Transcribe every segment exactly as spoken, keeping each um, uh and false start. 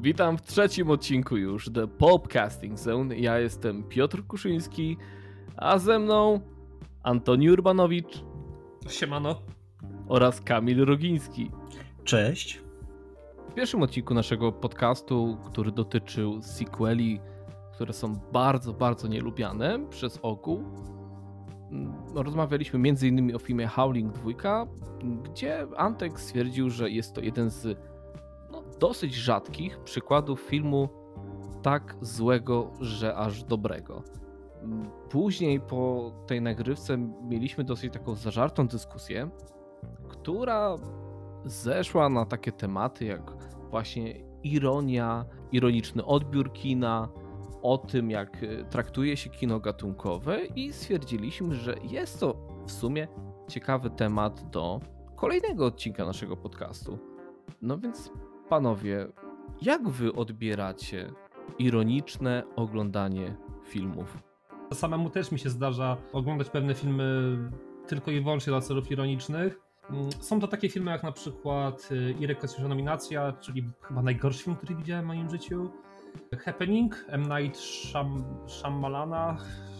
Witam w trzecim odcinku już The Popcasting Zone. Ja jestem Piotr Kuszyński, a ze mną Antoni Urbanowicz. Siemano. Oraz Kamil Rogiński. Cześć. W pierwszym odcinku naszego podcastu, który dotyczył sequeli, które są bardzo, bardzo nielubiane przez ogół, rozmawialiśmy między innymi o filmie Howling dwa, gdzie Antek stwierdził, że jest to jeden z no, dosyć rzadkich przykładów filmu tak złego, że aż dobrego. Później po tej nagrywce mieliśmy dosyć taką zażartą dyskusję, która zeszła na takie tematy jak właśnie ironia, ironiczny odbiór kina, o tym, jak traktuje się kino gatunkowe, i stwierdziliśmy, że jest to w sumie ciekawy temat do kolejnego odcinka naszego podcastu. No więc panowie, jak wy odbieracie ironiczne oglądanie filmów? Samemu też mi się zdarza oglądać pewne filmy tylko i wyłącznie dla celów ironicznych. Są to takie filmy jak na przykład Irreklasyczna nominacja, czyli chyba najgorszy film, który widziałem w moim życiu. Happening, M. Night Shyam, Shyamalana.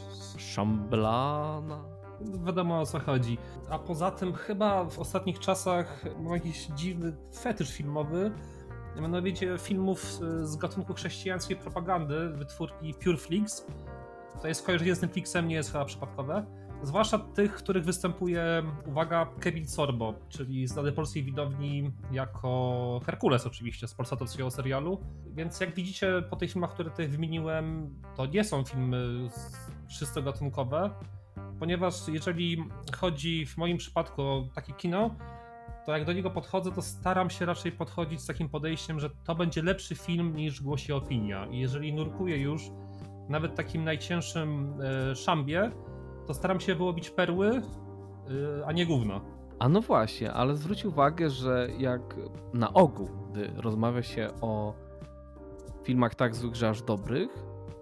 Shyamalana? Wiadomo, o co chodzi. A poza tym chyba w ostatnich czasach mam jakiś dziwny fetysz filmowy, mianowicie filmów z gatunku chrześcijańskiej propagandy, wytwórki Pureflix. To jest skojarzenie z Netflixem, nie jest chyba przypadkowe. Zwłaszcza tych, w których występuje, uwaga, Kevin Sorbo, czyli znany polskiej widowni jako Herkules oczywiście, z polsatowskiego serialu. Więc jak widzicie po tych filmach, które tutaj wymieniłem, to nie są filmy czysto gatunkowe, ponieważ jeżeli chodzi w moim przypadku o takie kino, to jak do niego podchodzę, to staram się raczej podchodzić z takim podejściem, że to będzie lepszy film niż głosi opinia. I jeżeli nurkuję już nawet takim najcięższym e, szambie, to staram się wyłowić perły, a nie gówno. A no właśnie, ale zwróć uwagę, że jak na ogół, gdy rozmawia się o filmach tak złych, że aż dobrych,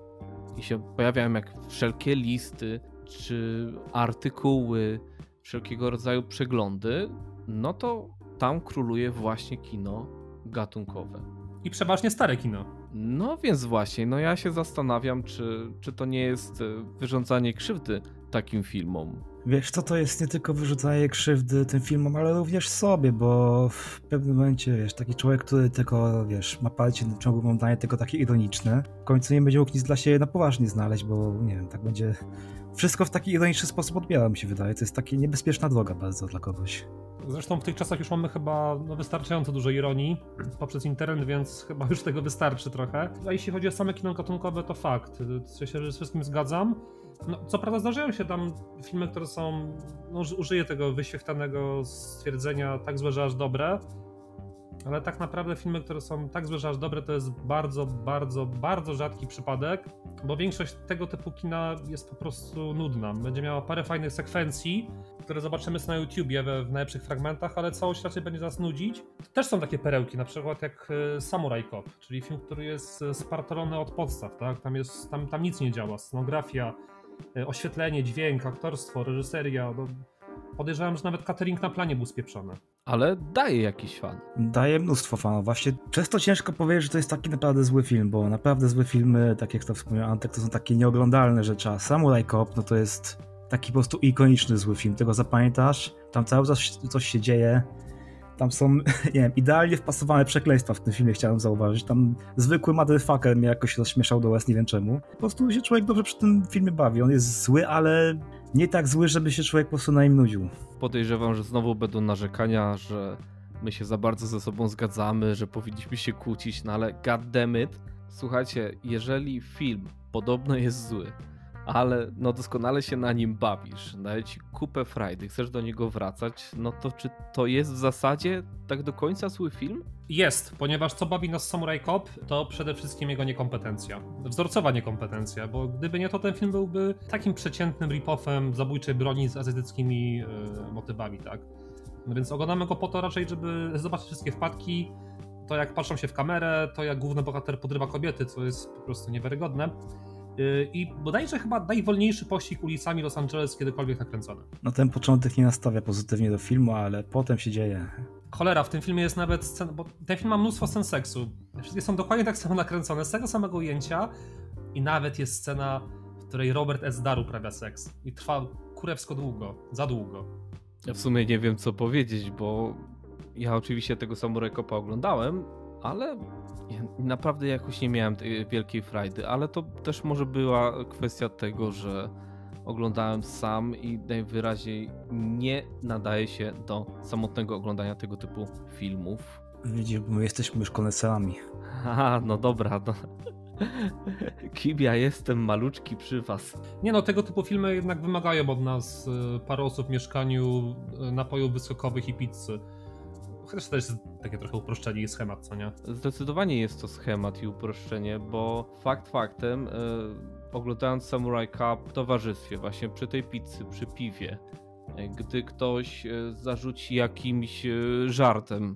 i się pojawiają jak wszelkie listy, czy artykuły, wszelkiego rodzaju przeglądy, no to tam króluje właśnie kino gatunkowe. I przeważnie stare kino. No więc właśnie, no ja się zastanawiam, czy, czy to nie jest wyrządzanie krzywdy takim filmom. Wiesz co, to jest nie tylko wyrzucanie krzywdy tym filmom, ale również sobie, bo w pewnym momencie, wiesz, taki człowiek, który tylko, wiesz, ma palcie na ciągu oglądania tylko takie ironiczne, w końcu nie będzie mógł nic dla siebie na poważnie znaleźć, bo nie wiem, tak będzie wszystko w taki ironiczny sposób odbiera, mi się wydaje. To jest taka niebezpieczna droga bardzo dla kogoś. Zresztą w tych czasach już mamy chyba no, wystarczająco dużo ironii poprzez internet, więc chyba już tego wystarczy trochę. A jeśli chodzi o same kino gatunkowe, to fakt. Ja się z wszystkim zgadzam. No, co prawda zdarzają się tam filmy, które są, no, użyję tego wyświechtanego stwierdzenia, tak złe, że aż dobre, ale tak naprawdę filmy, które są tak złe, że aż dobre, to jest bardzo, bardzo, bardzo rzadki przypadek, bo większość tego typu kina jest po prostu nudna. Będzie miała parę fajnych sekwencji, które zobaczymy na YouTubie w, w najlepszych fragmentach, ale całość raczej będzie nas nudzić. Też są takie perełki, na przykład jak Samurai Cop, czyli film, który jest spartolony od podstaw, tak? Tam, jest, tam, tam nic nie działa, scenografia, oświetlenie, dźwięk, aktorstwo, reżyseria. No, podejrzewam, że nawet catering na planie był spieprzony. Ale daje jakiś fan. Daje mnóstwo fanów. Właśnie przez to ciężko powiedzieć, że to jest taki naprawdę zły film, bo naprawdę złe filmy, tak jak to wspomniał Antek, to są takie nieoglądalne rzeczy, a Samurai Cop, no to jest taki po prostu ikoniczny zły film. Tego zapamiętasz, tam cały czas coś się dzieje. Tam są, nie wiem, idealnie wpasowane przekleństwa w tym filmie, chciałem zauważyć. Tam zwykły motherfucker mnie jakoś rozśmieszał do łez, nie wiem czemu. Po prostu się człowiek dobrze przy tym filmie bawi. On jest zły, ale nie tak zły, żeby się człowiek po prostu na nim nudził. Podejrzewam, że znowu będą narzekania, że my się za bardzo ze sobą zgadzamy, że powinniśmy się kłócić, no ale god damn it. Słuchajcie, jeżeli film podobno jest zły, ale no doskonale się na nim bawisz, daje ci kupę frajdy, chcesz do niego wracać, no to czy to jest w zasadzie tak do końca zły film? Jest, ponieważ co bawi nas Samurai Cop, to przede wszystkim jego niekompetencja. Wzorcowa niekompetencja, bo gdyby nie to, ten film byłby takim przeciętnym rip-offem zabójczej broni z azjatyckimi yy, motywami, tak? No więc oglądamy go po to raczej, żeby zobaczyć wszystkie wpadki, to jak patrzą się w kamerę, to jak główny bohater podrywa kobiety, co jest po prostu niewiarygodne. I bodajże chyba najwolniejszy pościg ulicami Los Angeles kiedykolwiek nakręcony. No ten początek nie nastawia pozytywnie do filmu, ale potem się dzieje. Cholera, w tym filmie jest nawet scena, bo ten film ma mnóstwo scen seksu. Wszystkie są dokładnie tak samo nakręcone, z tego samego ujęcia i nawet jest scena, w której Robert S. Dar uprawia seks i trwa kurewsko długo, za długo. Ja w sumie nie wiem co powiedzieć, bo ja oczywiście tego Samurai Copa oglądałem, ale ja naprawdę jakoś nie miałem tej wielkiej frajdy, ale to też może była kwestia tego, że oglądałem sam i najwyraźniej nie nadaje się do samotnego oglądania tego typu filmów. Widzisz, bo my jesteśmy już koneserami. Aha, no dobra, no. Kim ja jestem maluczki przy was. Nie no, tego typu filmy jednak wymagają od nas parę osób w mieszkaniu, napojów wysokowych i pizzy. Chociaż to jest takie trochę uproszczenie i schemat, co nie? Zdecydowanie jest to schemat i uproszczenie, bo fakt faktem, yy, oglądając Samurai Cup w towarzystwie, właśnie przy tej pizzy, przy piwie, yy, gdy ktoś yy, zarzuci jakimś yy, żartem,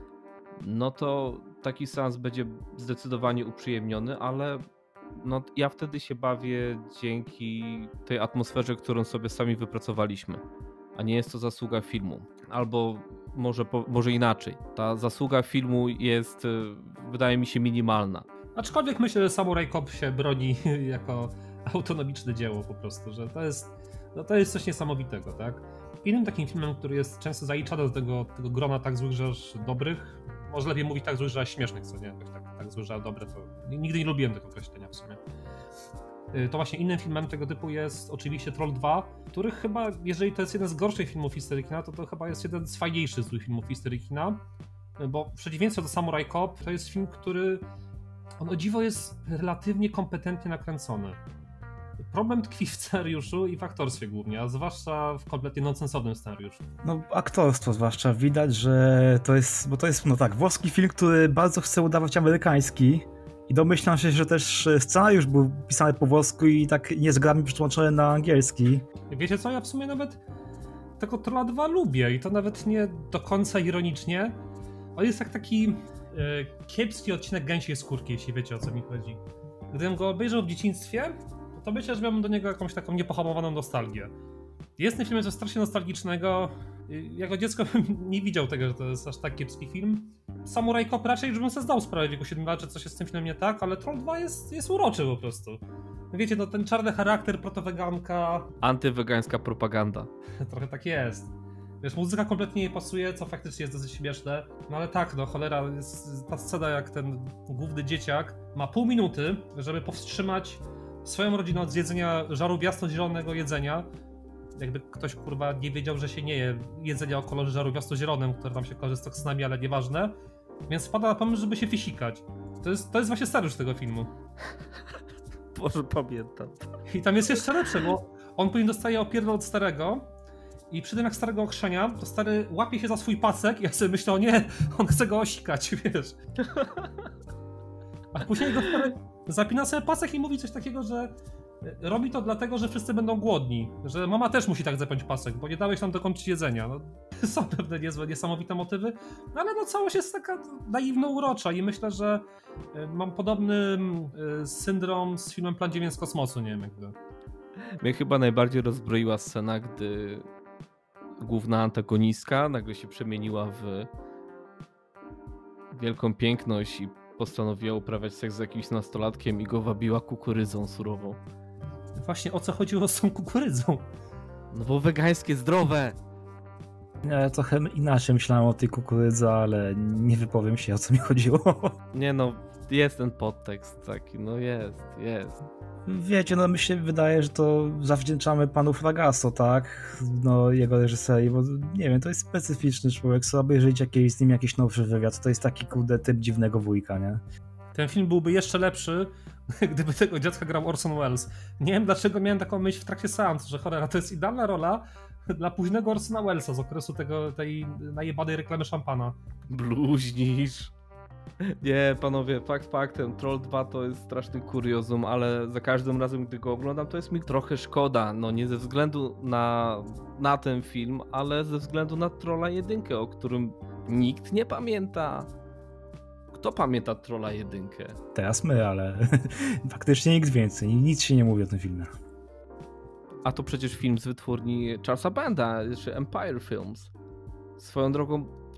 no to taki seans będzie zdecydowanie uprzyjemniony, ale no, ja wtedy się bawię dzięki tej atmosferze, którą sobie sami wypracowaliśmy, a nie jest to zasługa filmu. Albo może, może inaczej, ta zasługa filmu jest, wydaje mi się, minimalna. Aczkolwiek myślę, że Samurai Cop się broni jako autonomiczne dzieło po prostu, że to jest, no to jest coś niesamowitego, tak? Innym takim filmem, który jest często zaliczany do tego, tego grona tak złych, że aż dobrych, może lepiej mówić tak złych, że aż śmiesznych, co nie? Tak, tak złych, że dobre, to nigdy nie lubiłem tego określenia w sumie. To właśnie innym filmem tego typu jest oczywiście Troll dwa, który chyba, jeżeli to jest jeden z gorszych filmów historii kina, to to chyba jest jeden z fajniejszych złych filmów historii kina, bo w przeciwieństwie do Samurai Cop to jest film, który on o dziwo jest relatywnie kompetentnie nakręcony. Problem tkwi w scenariuszu i w aktorstwie głównie, a zwłaszcza w kompletnie nonsensownym scenariuszu. No aktorstwo zwłaszcza, widać, że to jest, bo to jest, no tak, włoski film, który bardzo chce udawać amerykański i domyślam się, że też scenariusz był pisany po włosku i tak niezgrabnie przetłumaczony na angielski. Wiecie co, ja w sumie nawet tego Trolla dwa lubię i to nawet nie do końca ironicznie. On jest jak taki e, kiepski odcinek Gęsiej Skórki, jeśli wiecie o co mi chodzi. Gdybym go obejrzał w dzieciństwie, to myślę, że miałbym do niego jakąś taką niepohamowaną nostalgię. Jest ten film coś strasznie nostalgicznego. Jako dziecko bym nie widział tego, że to jest aż tak kiepski film. Samurai Cop raczej już bym sobie zdał sprawę w wieku siedmiu lat, że coś jest z tym filmem nie tak, ale Troll dwa jest, jest uroczy po prostu. Wiecie, no ten czarny charakter, protoweganka... Antywegańska propaganda. Trochę tak jest. Wiesz, muzyka kompletnie nie pasuje, co faktycznie jest dosyć śmieszne. No ale tak, no cholera, jest ta scena jak ten główny dzieciak ma pół minuty, żeby powstrzymać swoją rodzinę od zjedzenia żaru jasno-zielonego jedzenia. Jakby ktoś kurwa nie wiedział, że się nie je jedzenia o kolorze żaru jasno-zielonym, które tam się kojarzy z toksynami, ale nieważne. Więc wpada na pomysł, żeby się fisikać. To jest, to jest właśnie scenariusz tego filmu. Boże, pamiętam. I tam jest jeszcze lepsze, bo on później dostaje opierdol od starego i przy tym jak starego okrzenia, to stary łapie się za swój pasek i ja sobie myślę, o nie, on chce go osikać, wiesz. A później go stary zapina sobie pasek i mówi coś takiego, że robi to dlatego, że wszyscy będą głodni, że mama też musi tak zapiąć pasek, bo nie dałeś nam dokończyć jedzenia. No, są pewne niezłe, niesamowite motywy, no ale no całość jest taka naiwno urocza i myślę, że mam podobny syndrom z filmem Plan dziewięć z kosmosu, nie wiem jakby. Mnie chyba najbardziej rozbroiła scena, gdy główna antagonistka nagle się przemieniła w wielką piękność i postanowiła uprawiać seks z jakimś nastolatkiem i go wabiła kukurydzą surową. Właśnie o co chodziło z tą kukurydzą? No bo wegańskie, zdrowe! Ja trochę inaczej myślałem o tej kukurydze, ale nie wypowiem się, o co mi chodziło. Nie no, jest ten podtekst taki, no jest, jest. Wiecie, no mi się wydaje, że to zawdzięczamy panu Fragasso, tak? No jego reżyserii, bo nie wiem, to jest specyficzny człowiek, sobie obejrzeć jakiś, z nim jakiś nowszy wywiad, to jest taki kurde typ dziwnego wujka, nie? Ten film byłby jeszcze lepszy, gdyby tego dziadka grał Orson Welles. Nie wiem dlaczego miałem taką myśl w trakcie seansu, że cholera, to jest idealna rola dla późnego Orsona Wellesa z okresu tego, tej najebanej reklamy szampana. Bluźnisz. Nie, panowie, fakt faktem, Troll dwa to jest straszny kuriozum, ale za każdym razem, gdy go oglądam, to jest mi trochę szkoda. No nie ze względu na, na ten film, ale ze względu na Trolla jedynkę, o którym nikt nie pamięta. Kto pamięta Trolla jedynkę? Teraz my, ale faktycznie nikt więcej, nic się nie mówi o tym filmie. A to przecież film z wytwórni Charlesa Banda, czy Empire Films. Swoją drogą,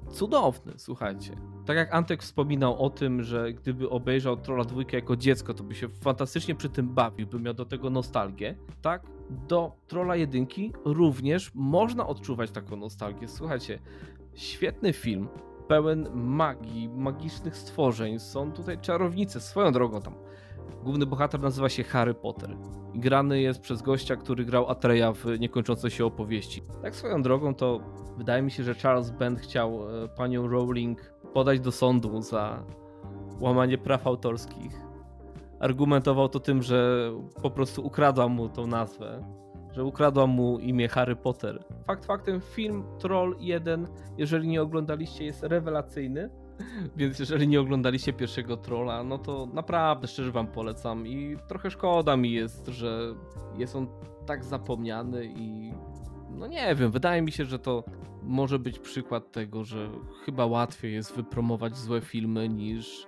cudowny, słuchajcie. Tak jak Antek wspominał o tym, że gdyby obejrzał Trolla dwójkę jako dziecko, to by się fantastycznie przy tym bawił, by miał do tego nostalgię, tak? Do Trolla jedynki również można odczuwać taką nostalgię. Słuchajcie, świetny film, pełen magii, magicznych stworzeń, są tutaj czarownice, swoją drogą tam. Główny bohater nazywa się Harry Potter i grany jest przez gościa, który grał Atreya w niekończącej się opowieści. Tak swoją drogą to wydaje mi się, że Charles Band chciał panią Rowling podać do sądu za łamanie praw autorskich. Argumentował to tym, że po prostu ukradła mu tą nazwę, że ukradła mu imię Harry Potter. Fakt faktem, film Troll jeden, jeżeli nie oglądaliście, jest rewelacyjny. Więc jeżeli nie oglądaliście pierwszego Trolla, no to naprawdę szczerze wam polecam i trochę szkoda mi jest, że jest on tak zapomniany i no nie wiem, wydaje mi się, że to może być przykład tego, że chyba łatwiej jest wypromować złe filmy niż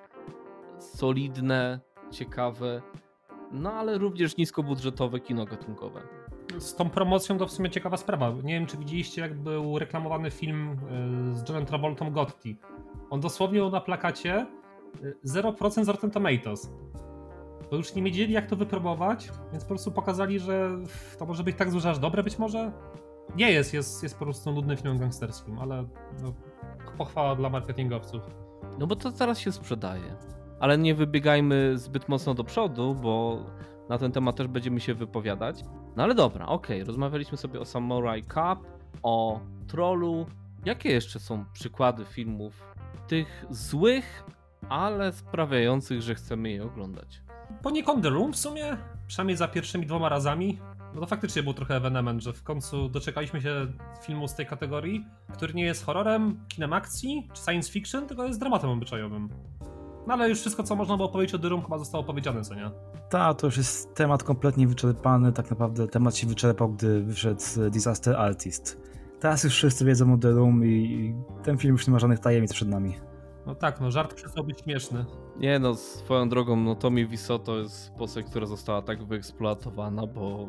solidne, ciekawe, no ale również niskobudżetowe kino gatunkowe. Z tą promocją to w sumie ciekawa sprawa. Nie wiem, czy widzieliście, jak był reklamowany film z Johnem Travoltą Gotti. On dosłownie miał na plakacie zero procent z Rotten Tomatoes. Bo już nie wiedzieli, jak to wypróbować, więc po prostu pokazali, że to może być tak złe, że aż dobre być może. Nie jest, jest, jest po prostu nudnym filmem gangsterskim, ale no, pochwała dla marketingowców. No bo to zaraz się sprzedaje. Ale nie wybiegajmy zbyt mocno do przodu, bo na ten temat też będziemy się wypowiadać. No ale dobra, okej, okay. Rozmawialiśmy sobie o Samurai Cop, o Trollu. Jakie jeszcze są przykłady filmów tych złych, ale sprawiających, że chcemy je oglądać? Poniekąd The Room w sumie, przynajmniej za pierwszymi dwoma razami. No to faktycznie był trochę ewenement, że w końcu doczekaliśmy się filmu z tej kategorii, który nie jest horrorem, kinem akcji czy science fiction, tylko jest dramatem obyczajowym. No ale już wszystko, co można było powiedzieć o The Room, chyba zostało powiedziane, co nie? Tak, to już jest temat kompletnie wyczerpany. Tak naprawdę temat się wyczerpał, gdy wyszedł Disaster Artist. Teraz już wszyscy wiedzą o The Room i ten film już nie ma żadnych tajemnic przed nami. No tak, no żart przestał być śmieszny. Nie no, swoją drogą, no Tommy Wiseau to jest postać, która została tak wyeksploatowana, bo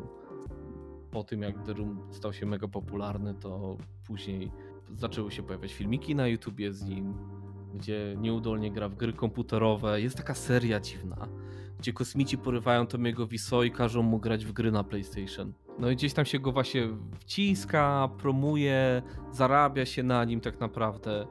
po tym jak The Room stał się mega popularny, to później zaczęły się pojawiać filmiki na YouTubie z nim, gdzie nieudolnie gra w gry komputerowe. Jest taka seria dziwna, gdzie kosmici porywają Tommy'ego Wiseau i każą mu grać w gry na PlayStation. No i gdzieś tam się go właśnie wciska, promuje, zarabia się na nim tak naprawdę,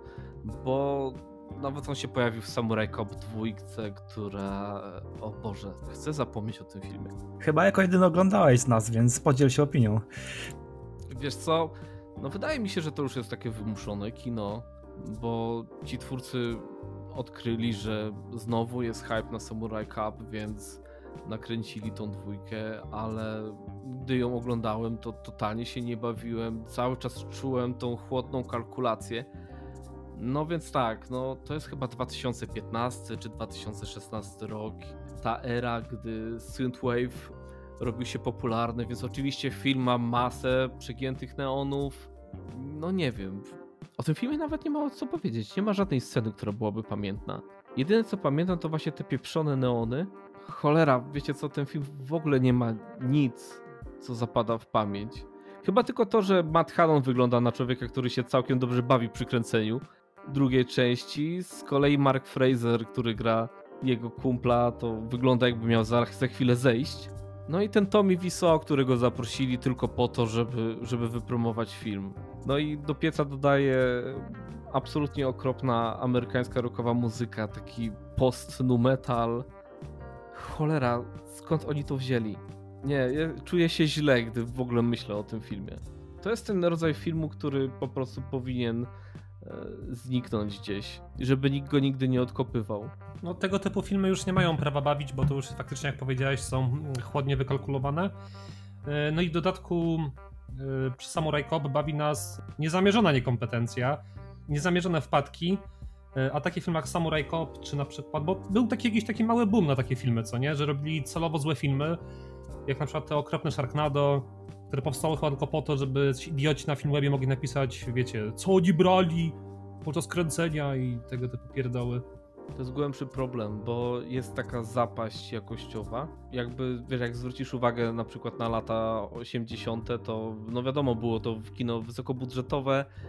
bo nawet on się pojawił w Samurai Cop dwa, która... O Boże, chcę zapomnieć o tym filmie. Chyba jako jedyny oglądałeś z nas, więc podziel się opinią. Wiesz co, no wydaje mi się, że to już jest takie wymuszone kino, bo ci twórcy odkryli, że znowu jest hype na Samurai Cop, więc nakręcili tą dwójkę, ale gdy ją oglądałem, to totalnie się nie bawiłem, cały czas czułem tą chłodną kalkulację. No więc tak, no to jest chyba dwa tysiące piętnasty czy dwa tysiące szesnasty rok, ta era, gdy synthwave robił się popularny, więc oczywiście film ma masę przegiętych neonów. No nie wiem, o tym filmie nawet nie ma co powiedzieć, nie ma żadnej sceny, która byłaby pamiętna. Jedyne co pamiętam to właśnie te pieprzone neony. Cholera, wiecie co, ten film w ogóle nie ma nic, co zapada w pamięć. Chyba tylko to, że Matt Hadon wygląda na człowieka, który się całkiem dobrze bawi przy kręceniu drugiej części. Z kolei Mark Fraser, który gra jego kumpla, to wygląda jakby miał za, za chwilę zejść. No i ten Tommy Wiseau, którego zaprosili tylko po to, żeby, żeby wypromować film. No i do pieca dodaje absolutnie okropna amerykańska rockowa muzyka, taki post-nu metal. Cholera, skąd oni to wzięli? Nie, ja czuję się źle, gdy w ogóle myślę o tym filmie. To jest ten rodzaj filmu, który po prostu powinien e, zniknąć gdzieś, żeby nikt go nigdy nie odkopywał. No tego typu filmy już nie mają prawa bawić, bo to już faktycznie, jak powiedziałeś, są chłodnie wykalkulowane. No i w dodatku przy Samurai Cop bawi nas niezamierzona niekompetencja, niezamierzone wpadki, a takie filmy jak Samurai Cop, czy na przykład, bo był taki jakiś taki mały boom na takie filmy, co nie, że robili celowo złe filmy, jak na przykład te okropne Sharknado, które powstało chyba tylko po to, żeby idioci na Filmwebie mogli napisać, wiecie, co oni brali podczas kręcenia i tego typu pierdoły. To jest głębszy problem, bo jest taka zapaść jakościowa. Jakby, wiesz, jak zwrócisz uwagę na przykład na lata osiemdziesiąte, to no wiadomo, było to kino wysokobudżetowe,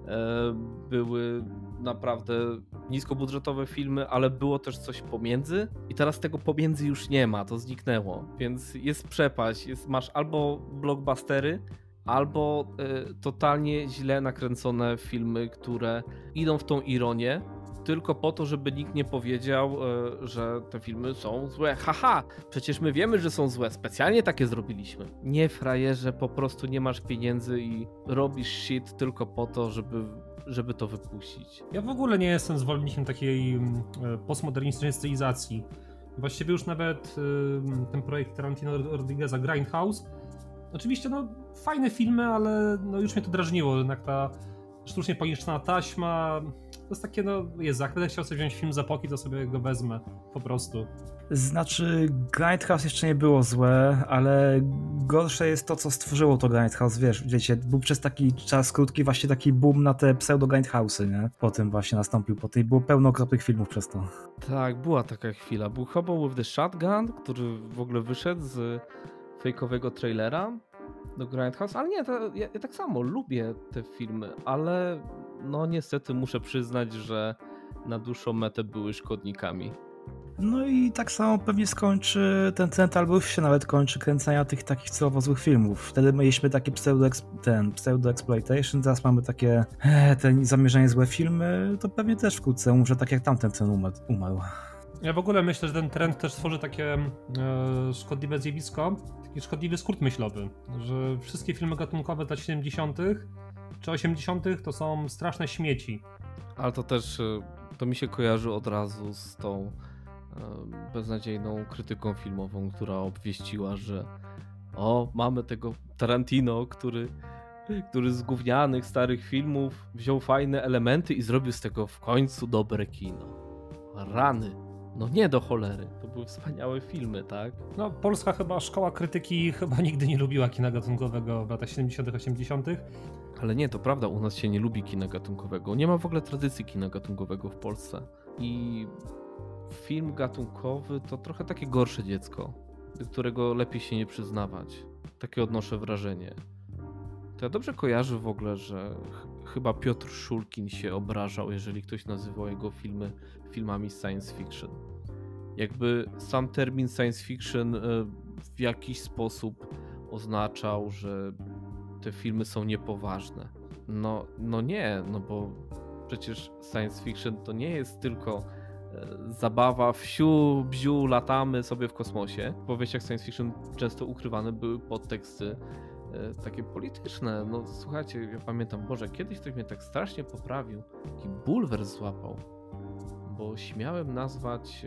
były naprawdę niskobudżetowe filmy, ale było też coś pomiędzy i teraz tego pomiędzy już nie ma, to zniknęło, więc jest przepaść, jest, masz albo blockbustery, albo y, totalnie źle nakręcone filmy, które idą w tą ironię, tylko po to, żeby nikt nie powiedział, y, że te filmy są złe. Haha, przecież my wiemy, że są złe, specjalnie takie zrobiliśmy. Nie, frajerze, po prostu nie masz pieniędzy i robisz shit tylko po to, żeby, żeby to wypuścić. Ja w ogóle nie jestem zwolennikiem takiej y, postmodernistycznej stylizacji. Właściwie już nawet y, ten projekt Tarantino Rodrigueza Grindhouse, oczywiście no fajne filmy, ale no już mnie to drażniło, jednak ta sztucznie poniszczona taśma, to jest takie no, jest, jak będę chciał sobie wziąć film z epoki, to sobie go wezmę, po prostu. Znaczy, Grindhouse jeszcze nie było złe, ale gorsze jest to, co stworzyło to Grindhouse, wiesz, wiecie, był przez taki czas krótki właśnie taki boom na te pseudo-Grindhouse'y, nie? Potem właśnie nastąpił, potem było pełno okropnych filmów przez to. Tak, była taka chwila, był Hobo with the Shotgun, który w ogóle wyszedł z fejkowego trailera do Grindhouse, ale nie, to ja, ja tak samo lubię te filmy, ale no niestety muszę przyznać, że na dłuższą metę były szkodnikami. No i tak samo pewnie skończy ten trend, albo już się nawet kończy kręcenia tych takich celowo złych filmów. Wtedy mieliśmy takie pseudo ten pseudo-exploitation, teraz mamy takie e, te zamierzenie złe filmy, to pewnie też wkrótce umrze, tak jak tamten ten umarł. Ja w ogóle myślę, że ten trend też tworzy takie e, szkodliwe zjawisko, taki szkodliwy skrót myślowy, że wszystkie filmy gatunkowe z lat siedemdziesiątych czy osiemdziesiątych to są straszne śmieci. Ale to też, to mi się kojarzy od razu z tą e, beznadziejną krytyką filmową, która obwieściła, że o, mamy tego Tarantino, który, który z gównianych starych filmów wziął fajne elementy i zrobił z tego w końcu dobre kino. Rany. No nie do cholery, to były wspaniałe filmy, tak? No polska chyba szkoła krytyki chyba nigdy nie lubiła kina gatunkowego w latach siedemdziesiątych, osiemdziesiątych. Ale nie, to prawda, u nas się nie lubi kina gatunkowego. Nie ma w ogóle tradycji kina gatunkowego w Polsce. I film gatunkowy to trochę takie gorsze dziecko, do którego lepiej się nie przyznawać. Takie odnoszę wrażenie. To ja dobrze kojarzę w ogóle, że ch- chyba Piotr Szulkin się obrażał, jeżeli ktoś nazywał jego filmy filmami science fiction. Jakby sam termin science fiction w jakiś sposób oznaczał, że te filmy są niepoważne. No, no nie, no bo przecież science fiction to nie jest tylko zabawa wsiu, bziu, latamy sobie w kosmosie. W powieściach science fiction często ukrywane były podteksty takie polityczne. No słuchajcie, ja pamiętam, Boże, kiedyś ktoś mnie tak strasznie poprawił, taki bulwer złapał, bo śmiałem nazwać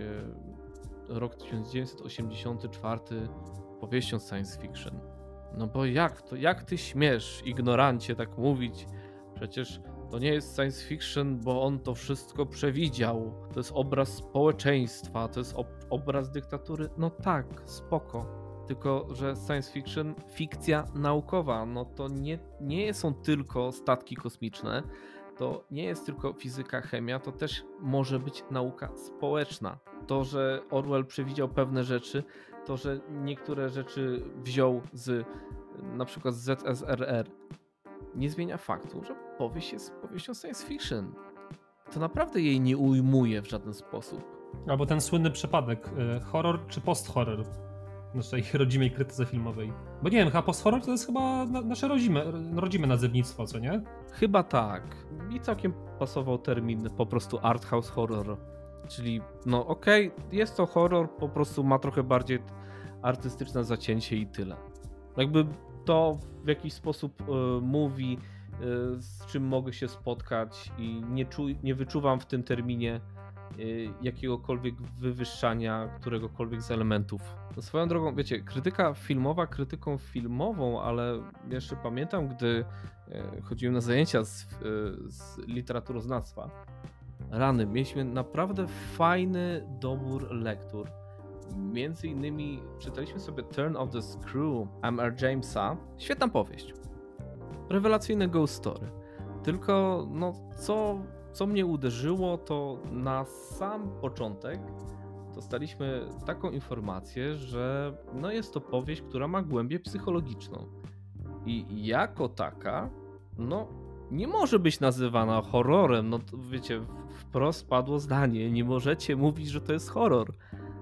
rok tysiąc dziewięćset osiemdziesiąty czwarty powieścią science fiction. No bo jak to, jak ty śmiesz, ignorancie, tak mówić? Przecież to nie jest science fiction, bo on to wszystko przewidział. To jest obraz społeczeństwa, to jest ob- obraz dyktatury. No tak, spoko. Tylko że science fiction, fikcja naukowa, no to nie, nie są tylko statki kosmiczne, to nie jest tylko fizyka, chemia, to też może być nauka społeczna. To, że Orwell przewidział pewne rzeczy, to, że niektóre rzeczy wziął z na przykład z Z S R R, nie zmienia faktu, że powieść jest powieścią science fiction. To naprawdę jej nie ujmuje w żaden sposób. Albo ten słynny przypadek, horror czy post-horror w naszej rodzimej krytyce filmowej. Bo nie wiem, chyba post-horror to jest chyba nasze rodzime, rodzime nazewnictwo, co nie? Chyba tak. Mi całkiem pasował termin po prostu art house horror. Czyli no okej, okay, jest to horror, po prostu ma trochę bardziej artystyczne zacięcie i tyle. Jakby to w jakiś sposób y, mówi, y, z czym mogę się spotkać i nie, czu- nie wyczuwam w tym terminie y, jakiegokolwiek wywyższania któregokolwiek z elementów. No swoją drogą, wiecie, krytyka filmowa krytyką filmową, ale jeszcze pamiętam, gdy y, chodziłem na zajęcia z, y, z literaturoznawstwa, rany, mieliśmy naprawdę fajny dobór lektur. Między innymi czytaliśmy sobie Turn of the Screw M R Jamesa. Świetna powieść. Rewelacyjne ghost story. Tylko no co, co mnie uderzyło, to na sam początek dostaliśmy taką informację, że no jest to powieść, która ma głębię psychologiczną. I jako taka, no nie może być nazywana horrorem. No to wiecie, wprost padło zdanie, nie możecie mówić, że to jest horror,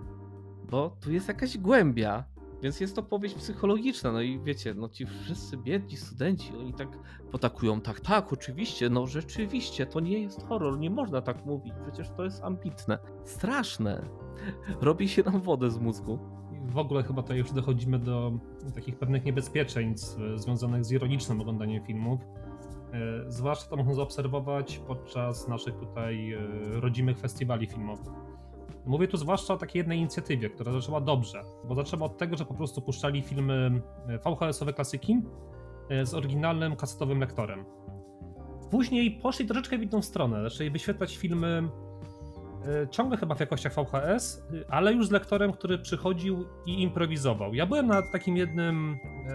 bo tu jest jakaś głębia, więc jest to powieść psychologiczna. No i wiecie, no ci wszyscy biedni studenci, oni tak potakują, tak, tak, oczywiście, no rzeczywiście, to nie jest horror, nie można tak mówić, przecież to jest ambitne, straszne, robi się nam wodę z mózgu. W ogóle chyba tutaj już dochodzimy do takich pewnych niebezpieczeństw związanych z ironicznym oglądaniem filmów. Zwłaszcza to można zaobserwować podczas naszych tutaj rodzimych festiwali filmowych. Mówię tu zwłaszcza o takiej jednej inicjatywie, która zaczęła dobrze, bo zaczęła od tego, że po prostu puszczali filmy V H S-owe klasyki z oryginalnym kasetowym lektorem. Później poszli troszeczkę w inną stronę, zaczęli wyświetlać filmy ciągle chyba w jakościach V H S, ale już z lektorem, który przychodził i improwizował. Ja byłem na takim jednym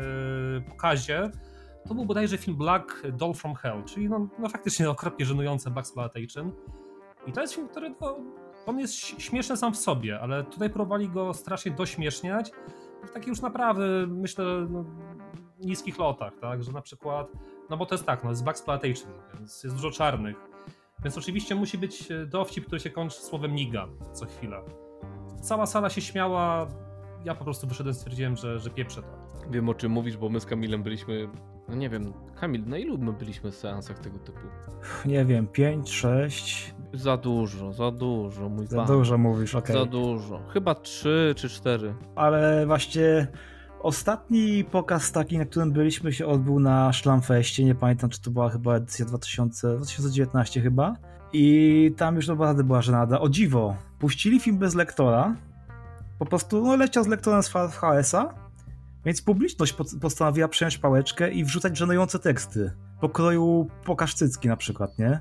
pokazie, to był bodajże film Black Doll from Hell, czyli no, no faktycznie okropnie żenujące Blaxploitation. I to jest film, który no, on jest śmieszny sam w sobie, ale tutaj próbowali go strasznie dośmieszniać w takich już naprawdę, myślę, no, niskich lotach, tak, że na przykład, no bo to jest tak, no jest Blaxploitation, więc jest dużo czarnych, więc oczywiście musi być dowcip, który się kończy słowem niga co chwilę. Cała sala się śmiała, ja po prostu wyszedłem, stwierdziłem, że, że pieprzę to. Wiem, o czym mówisz, bo my z Kamilem byliśmy, no nie wiem, Kamil, na ilu my byliśmy w seansach tego typu? Nie wiem, pięć, sześć. Za dużo, za dużo, mój Za pan. dużo mówisz, okej. Za dużo. Chyba trzy czy cztery. Ale właśnie ostatni pokaz taki, na którym byliśmy, się odbył na Szlamfeście. Nie pamiętam, czy to była chyba edycja dwa tysiące dziewiętnaście chyba. I tam już naprawdę była żenada. O dziwo, puścili film bez lektora. Po prostu no, leciał z lektorem z V H S-a. Więc publiczność postanowiła przejąć pałeczkę i wrzucać żenujące teksty. Pokroju pokaż cycki na przykład, nie?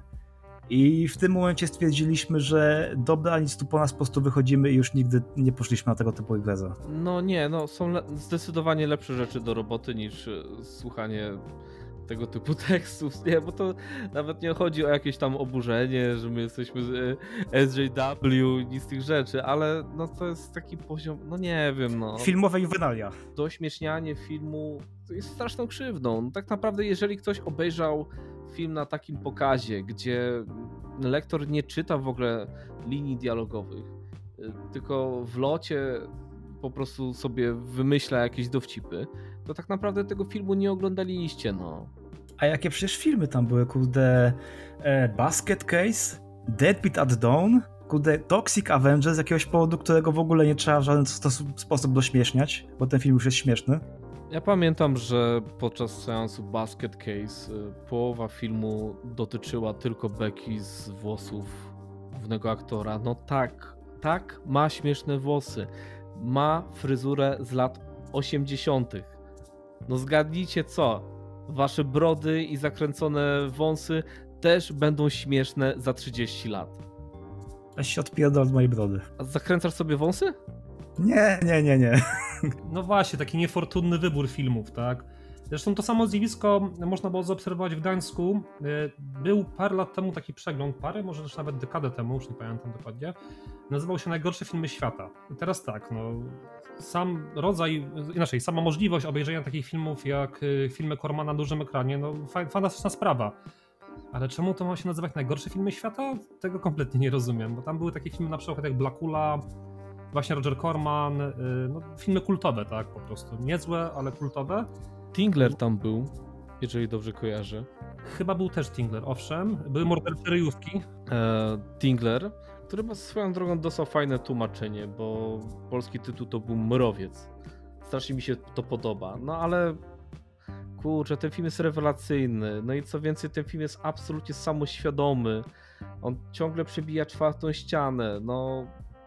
I w tym momencie stwierdziliśmy, że dobra, nic tu po nas, po prostu wychodzimy i już nigdy nie poszliśmy na tego typu imprezę. No nie, no są le- zdecydowanie lepsze rzeczy do roboty niż e, słuchanie tego typu tekstów, nie, bo to nawet nie chodzi o jakieś tam oburzenie, że my jesteśmy z e, S J W, nic z tych rzeczy, ale no to jest taki poziom, no nie wiem, no. Filmowe juwenalia. Dośmiesznianie filmu to jest straszną krzywdą. No, tak naprawdę jeżeli ktoś obejrzał film na takim pokazie, gdzie lektor nie czyta w ogóle linii dialogowych, tylko w locie po prostu sobie wymyśla jakieś dowcipy, to tak naprawdę tego filmu nie oglądaliście, no. A jakie przecież filmy tam były, kurde, e, Basket Case, Deadbeat at Dawn, kurde, Toxic Avenger z jakiegoś powodu, którego w ogóle nie trzeba w żaden stos- sposób dośmieszniać, bo ten film już jest śmieszny. Ja pamiętam, że podczas seansu Basket Case połowa filmu dotyczyła tylko beki z włosów głównego aktora. No tak, tak, ma śmieszne włosy. Ma fryzurę z lat osiemdziesiątych. No zgadnijcie co? Wasze brody i zakręcone wąsy też będą śmieszne za trzydzieści lat. Weź się odpierdol od mojej brody. A zakręcasz sobie wąsy? Nie, nie, nie, nie. No właśnie, taki niefortunny wybór filmów, tak? Zresztą to samo zjawisko można było zaobserwować w Gdańsku. Był parę lat temu taki przegląd, parę, może też nawet dekadę temu, już nie pamiętam dokładnie. Nazywał się Najgorsze filmy świata. I teraz tak, no, sam rodzaj, inaczej, sama możliwość obejrzenia takich filmów jak filmy Cormana na dużym ekranie, no fantastyczna sprawa. Ale czemu to ma się nazywać Najgorsze filmy świata? Tego kompletnie nie rozumiem, bo tam były takie filmy na przykład jak Blackula, właśnie Roger Corman, no, filmy kultowe, tak, po prostu. Niezłe, ale kultowe. Tingler tam był, jeżeli dobrze kojarzę. Chyba był też Tingler, owszem. Były mordercze ryjówki. E, Tingler, który ma swoją drogą dostał fajne tłumaczenie, bo polski tytuł to był Mrowiec. Strasznie mi się to podoba, no ale kurczę, ten film jest rewelacyjny, no i co więcej, ten film jest absolutnie samoświadomy. On ciągle przebija czwartą ścianę, no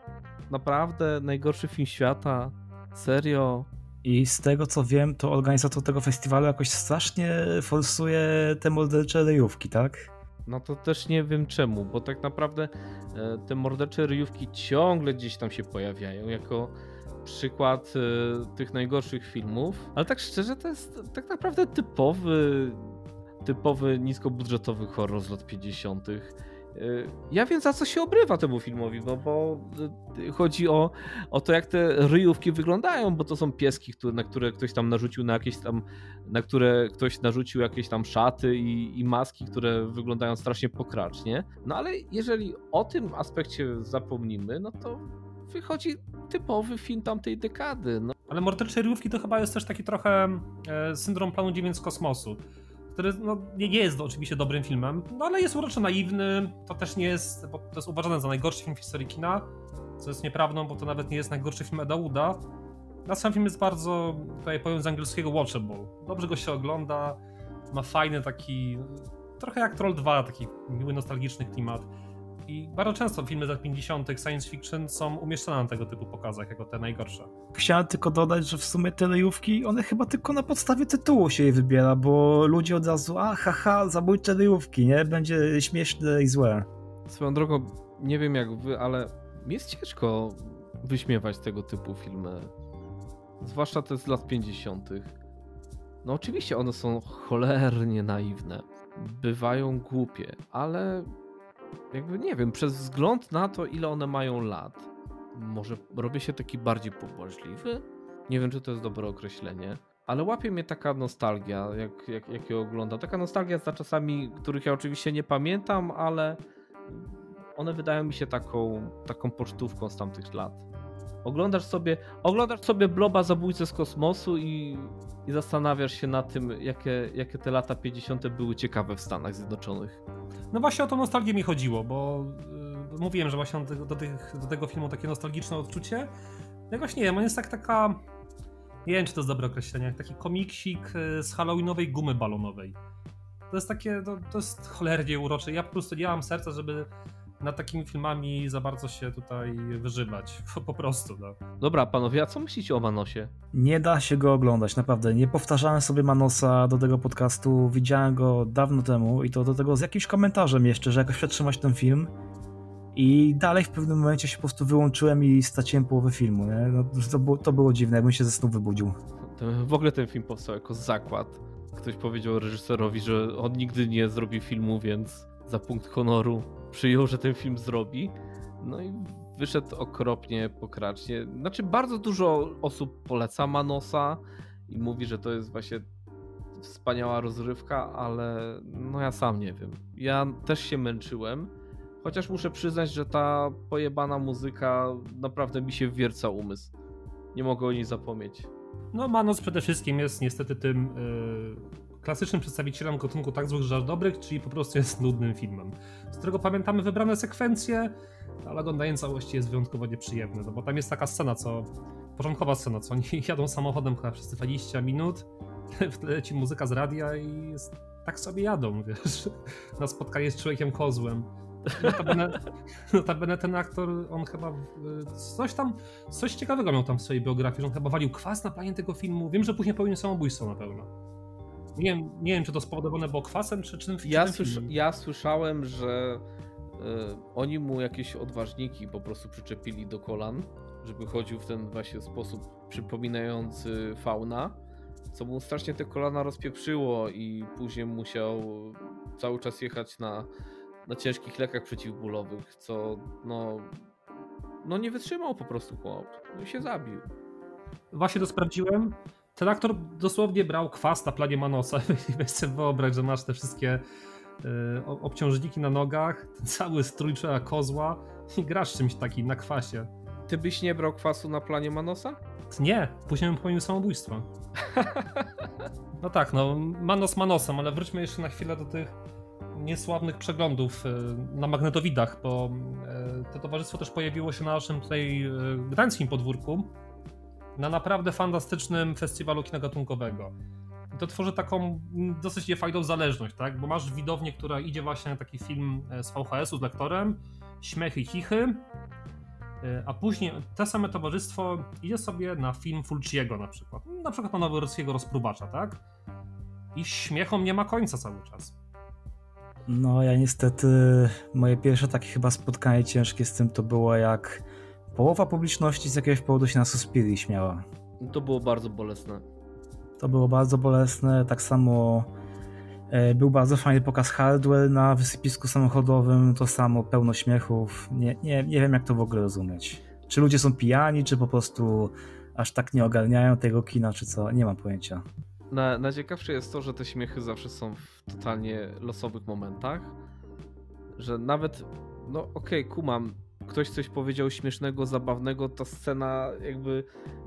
naprawdę najgorszy film świata, serio. I z tego co wiem, to organizator tego festiwalu jakoś strasznie forsuje te mordercze ryjówki, tak? No to też nie wiem czemu, bo tak naprawdę te mordercze ryjówki ciągle gdzieś tam się pojawiają jako przykład tych najgorszych filmów, ale tak szczerze to jest tak naprawdę typowy typowy niskobudżetowy horror z lat pięćdziesiątych Ja wiem, za co się obrywa temu filmowi, no bo chodzi o, o to, jak te ryjówki wyglądają, bo to są pieski, które, na które ktoś tam narzucił na jakieś tam, na które ktoś narzucił jakieś tam szaty i, i maski, które wyglądają strasznie pokracznie. No ale jeżeli o tym aspekcie zapomnimy, no to wychodzi typowy film tamtej dekady. No. Ale Mordercze ryjówki to chyba jest też taki trochę e, syndrom Planu dziewięć z kosmosu, który no, nie jest oczywiście dobrym filmem, no ale jest uroczo naiwny, to też nie jest, bo to jest uważane za najgorszy film w historii kina, co jest nieprawdą, bo to nawet nie jest najgorszy film Eda Wooda. A sam film jest bardzo, tutaj powiem z angielskiego, watchable. Dobrze go się ogląda, ma fajny taki, trochę jak Troll dwa, taki miły, nostalgiczny klimat. I bardzo często filmy z lat pięćdziesiątych science fiction są umieszczane na tego typu pokazach jako te najgorsze. Chciałem tylko dodać, że w sumie te ryjówki, one chyba tylko na podstawie tytułu się je wybiera, bo ludzie od razu, a haha, zabójcze ryjówki, nie? Będzie śmieszne i złe. Swoją drogą, nie wiem jak wy, ale mi jest ciężko wyśmiewać tego typu filmy. Zwłaszcza te z lat pięćdziesiątych. No oczywiście one są cholernie naiwne. Bywają głupie, ale jakby nie wiem, przez wzgląd na to, ile one mają lat, może robię się taki bardziej pobłażliwy? Nie wiem, czy to jest dobre określenie, ale łapie mnie taka nostalgia, jak, jak, jak je oglądam. Taka nostalgia za czasami, których ja oczywiście nie pamiętam, ale one wydają mi się taką, taką pocztówką z tamtych lat. Oglądasz sobie, oglądasz sobie Bloba, zabójcę z kosmosu i, i zastanawiasz się nad tym, jakie, jakie te lata pięćdziesiąte były ciekawe w Stanach Zjednoczonych. No właśnie o tą nostalgię mi chodziło, bo yy, mówiłem, że właśnie do, do, tych, do tego filmu takie nostalgiczne odczucie. Jakoś nie wiem, on jest tak taka, nie wiem czy to jest dobre określenie, jak taki komiksik z halloweenowej gumy balonowej. To jest takie, to, to jest cholernie urocze. Ja po prostu nie mam serca, żeby nad takimi filmami za bardzo się tutaj wyżywać. Po, po prostu, no. Dobra, panowie, a co myślicie o Manosie? Nie da się go oglądać, naprawdę. Nie powtarzałem sobie Manosa do tego podcastu, widziałem go dawno temu i to do tego z jakimś komentarzem jeszcze, że jakoś przetrzymać ten film. I dalej w pewnym momencie się po prostu wyłączyłem i straciłem połowę filmu, nie? No, to, było, to było dziwne, jakbym się ze snu wybudził. W ogóle ten film powstał jako zakład. Ktoś powiedział reżyserowi, że on nigdy nie zrobi filmu, więc za punkt honoru przyjął, że ten film zrobi. No i wyszedł okropnie, pokracznie. Znaczy bardzo dużo osób poleca Manosa i mówi, że to jest właśnie wspaniała rozrywka, ale no ja sam nie wiem. Ja też się męczyłem, chociaż muszę przyznać, że ta pojebana muzyka naprawdę mi się wwierca umysł. Nie mogę o niej zapomnieć. No Manos przede wszystkim jest niestety tym yy, klasycznym przedstawicielem gatunku tak złych, że aż dobrych, czyli po prostu jest nudnym filmem, z którego pamiętamy wybrane sekwencje, ale oglądanie całości jest wyjątkowo nieprzyjemne, no bo tam jest taka scena, co początkowa scena, co oni jadą samochodem chyba przez dwadzieścia minut, w tle leci muzyka z radia i jest, tak sobie jadą, wiesz, na spotkanie z człowiekiem kozłem. Notabene, notabene ten aktor, on chyba coś tam, coś ciekawego miał tam w swojej biografii, że on chyba walił kwas na planie tego filmu. Wiem, że później popełnił samobójstwo na pewno. Nie wiem, nie wiem, czy to spowodowane było kwasem, czy czym. Ja, czym słysza, ja słyszałem, że y, oni mu jakieś odważniki po prostu przyczepili do kolan, żeby chodził w ten właśnie sposób przypominający fauna, co mu strasznie te kolana rozpieprzyło i później musiał cały czas jechać na na ciężkich lekach przeciwbólowych, co no, no nie wytrzymał po prostu chłop, no i się zabił. Właśnie to sprawdziłem. Ten aktor dosłownie brał kwas na planie Manosa. Weź sobie wyobraź, że masz te wszystkie y, obciążniki na nogach, ten cały strój człowieka kozła i grasz czymś takim na kwasie. Ty byś nie brał kwasu na planie Manosa? Nie, później bym popełnił samobójstwo. No tak, no Manos Manosem, ale wróćmy jeszcze na chwilę do tych niesławnych przeglądów na magnetowidach, bo to towarzystwo też pojawiło się na naszym tutaj gdańskim podwórku na naprawdę fantastycznym festiwalu kina gatunkowego. I to tworzy taką dosyć niefajną zależność, tak? Bo masz widownię, która idzie właśnie na taki film z V H S-u z lektorem, śmiechy, chichy, a później to same towarzystwo idzie sobie na film Fulciego na przykład, na przykład na Noworodskiego Rozpruwacza, tak? I śmiechom nie ma końca cały czas. No ja niestety, moje pierwsze takie chyba spotkanie ciężkie z tym to było, jak połowa publiczności z jakiegoś powodu się na Suspirii śmiała. To było bardzo bolesne. To było bardzo bolesne, tak samo Był bardzo fajny pokaz Hardware na wysypisku samochodowym, to samo, pełno śmiechów. Nie, nie, nie wiem, jak to w ogóle rozumieć. Czy ludzie są pijani, czy po prostu aż tak nie ogarniają tego kina, czy co? Nie mam pojęcia. Na, najciekawsze jest to, że te śmiechy zawsze są w totalnie losowych momentach, że nawet, no okej, okay, kumam, ktoś coś powiedział śmiesznego, zabawnego, ta scena jakby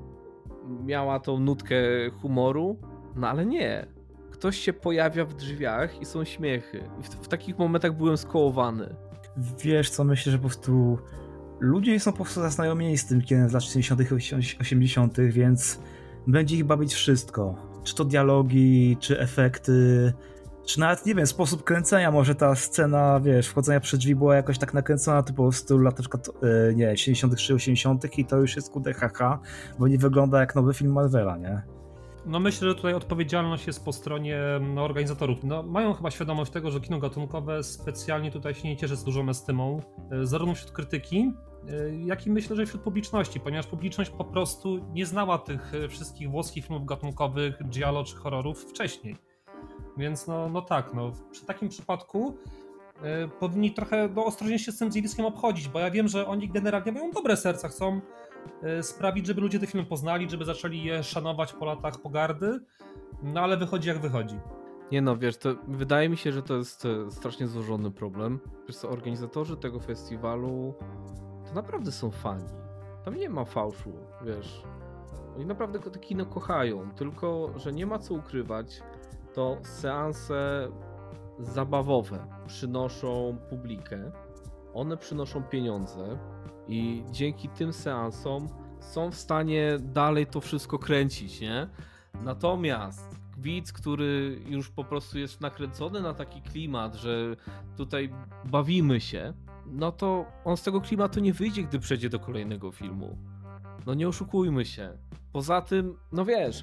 miała tą nutkę humoru, no ale nie. Ktoś się pojawia w drzwiach i są śmiechy. I w, w takich momentach byłem skołowany. Wiesz co, myślę, że po prostu ludzie nie są po prostu zaznajomieni z tym kinem z lat siedemdziesiątych, osiemdziesiątych, więc będzie ich bawić wszystko. Czy to dialogi, czy efekty, czy nawet, nie wiem, sposób kręcenia. Może ta scena, wiesz, wchodzenia przed drzwi była jakoś tak nakręcona typowo w stylu lat na przykład, yy, nie, siedemdziesiątych czy osiemdziesiątych i to już jest kude haha, bo nie wygląda jak nowy film Marvela, nie? No myślę, że tutaj odpowiedzialność jest po stronie no, organizatorów. No, mają chyba świadomość tego, że kino gatunkowe specjalnie tutaj się nie cieszy z dużą estymą, zarówno wśród krytyki, jak i myślę, że wśród publiczności, ponieważ publiczność po prostu nie znała tych wszystkich włoskich filmów gatunkowych, giallo czy horrorów wcześniej. Więc no, no tak, no, przy takim przypadku y, powinni trochę no, ostrożnie się z tym zjawiskiem obchodzić, bo ja wiem, że oni generalnie mają dobre serca, chcą y, sprawić, żeby ludzie te filmy poznali, żeby zaczęli je szanować po latach pogardy, no ale wychodzi jak wychodzi. Nie no, wiesz, to wydaje mi się, że to jest strasznie złożony problem. Wiesz co, organizatorzy tego festiwalu to naprawdę są fani. Tam nie ma fałszu, wiesz. Oni naprawdę to kino kochają, tylko że nie ma co ukrywać, to seanse zabawowe przynoszą publikę, one przynoszą pieniądze i dzięki tym seansom są w stanie dalej to wszystko kręcić, nie? Natomiast widz, który już po prostu jest nakręcony na taki klimat, że tutaj bawimy się, no to on z tego klimatu nie wyjdzie, gdy przejdzie do kolejnego filmu. No nie oszukujmy się. Poza tym, no wiesz,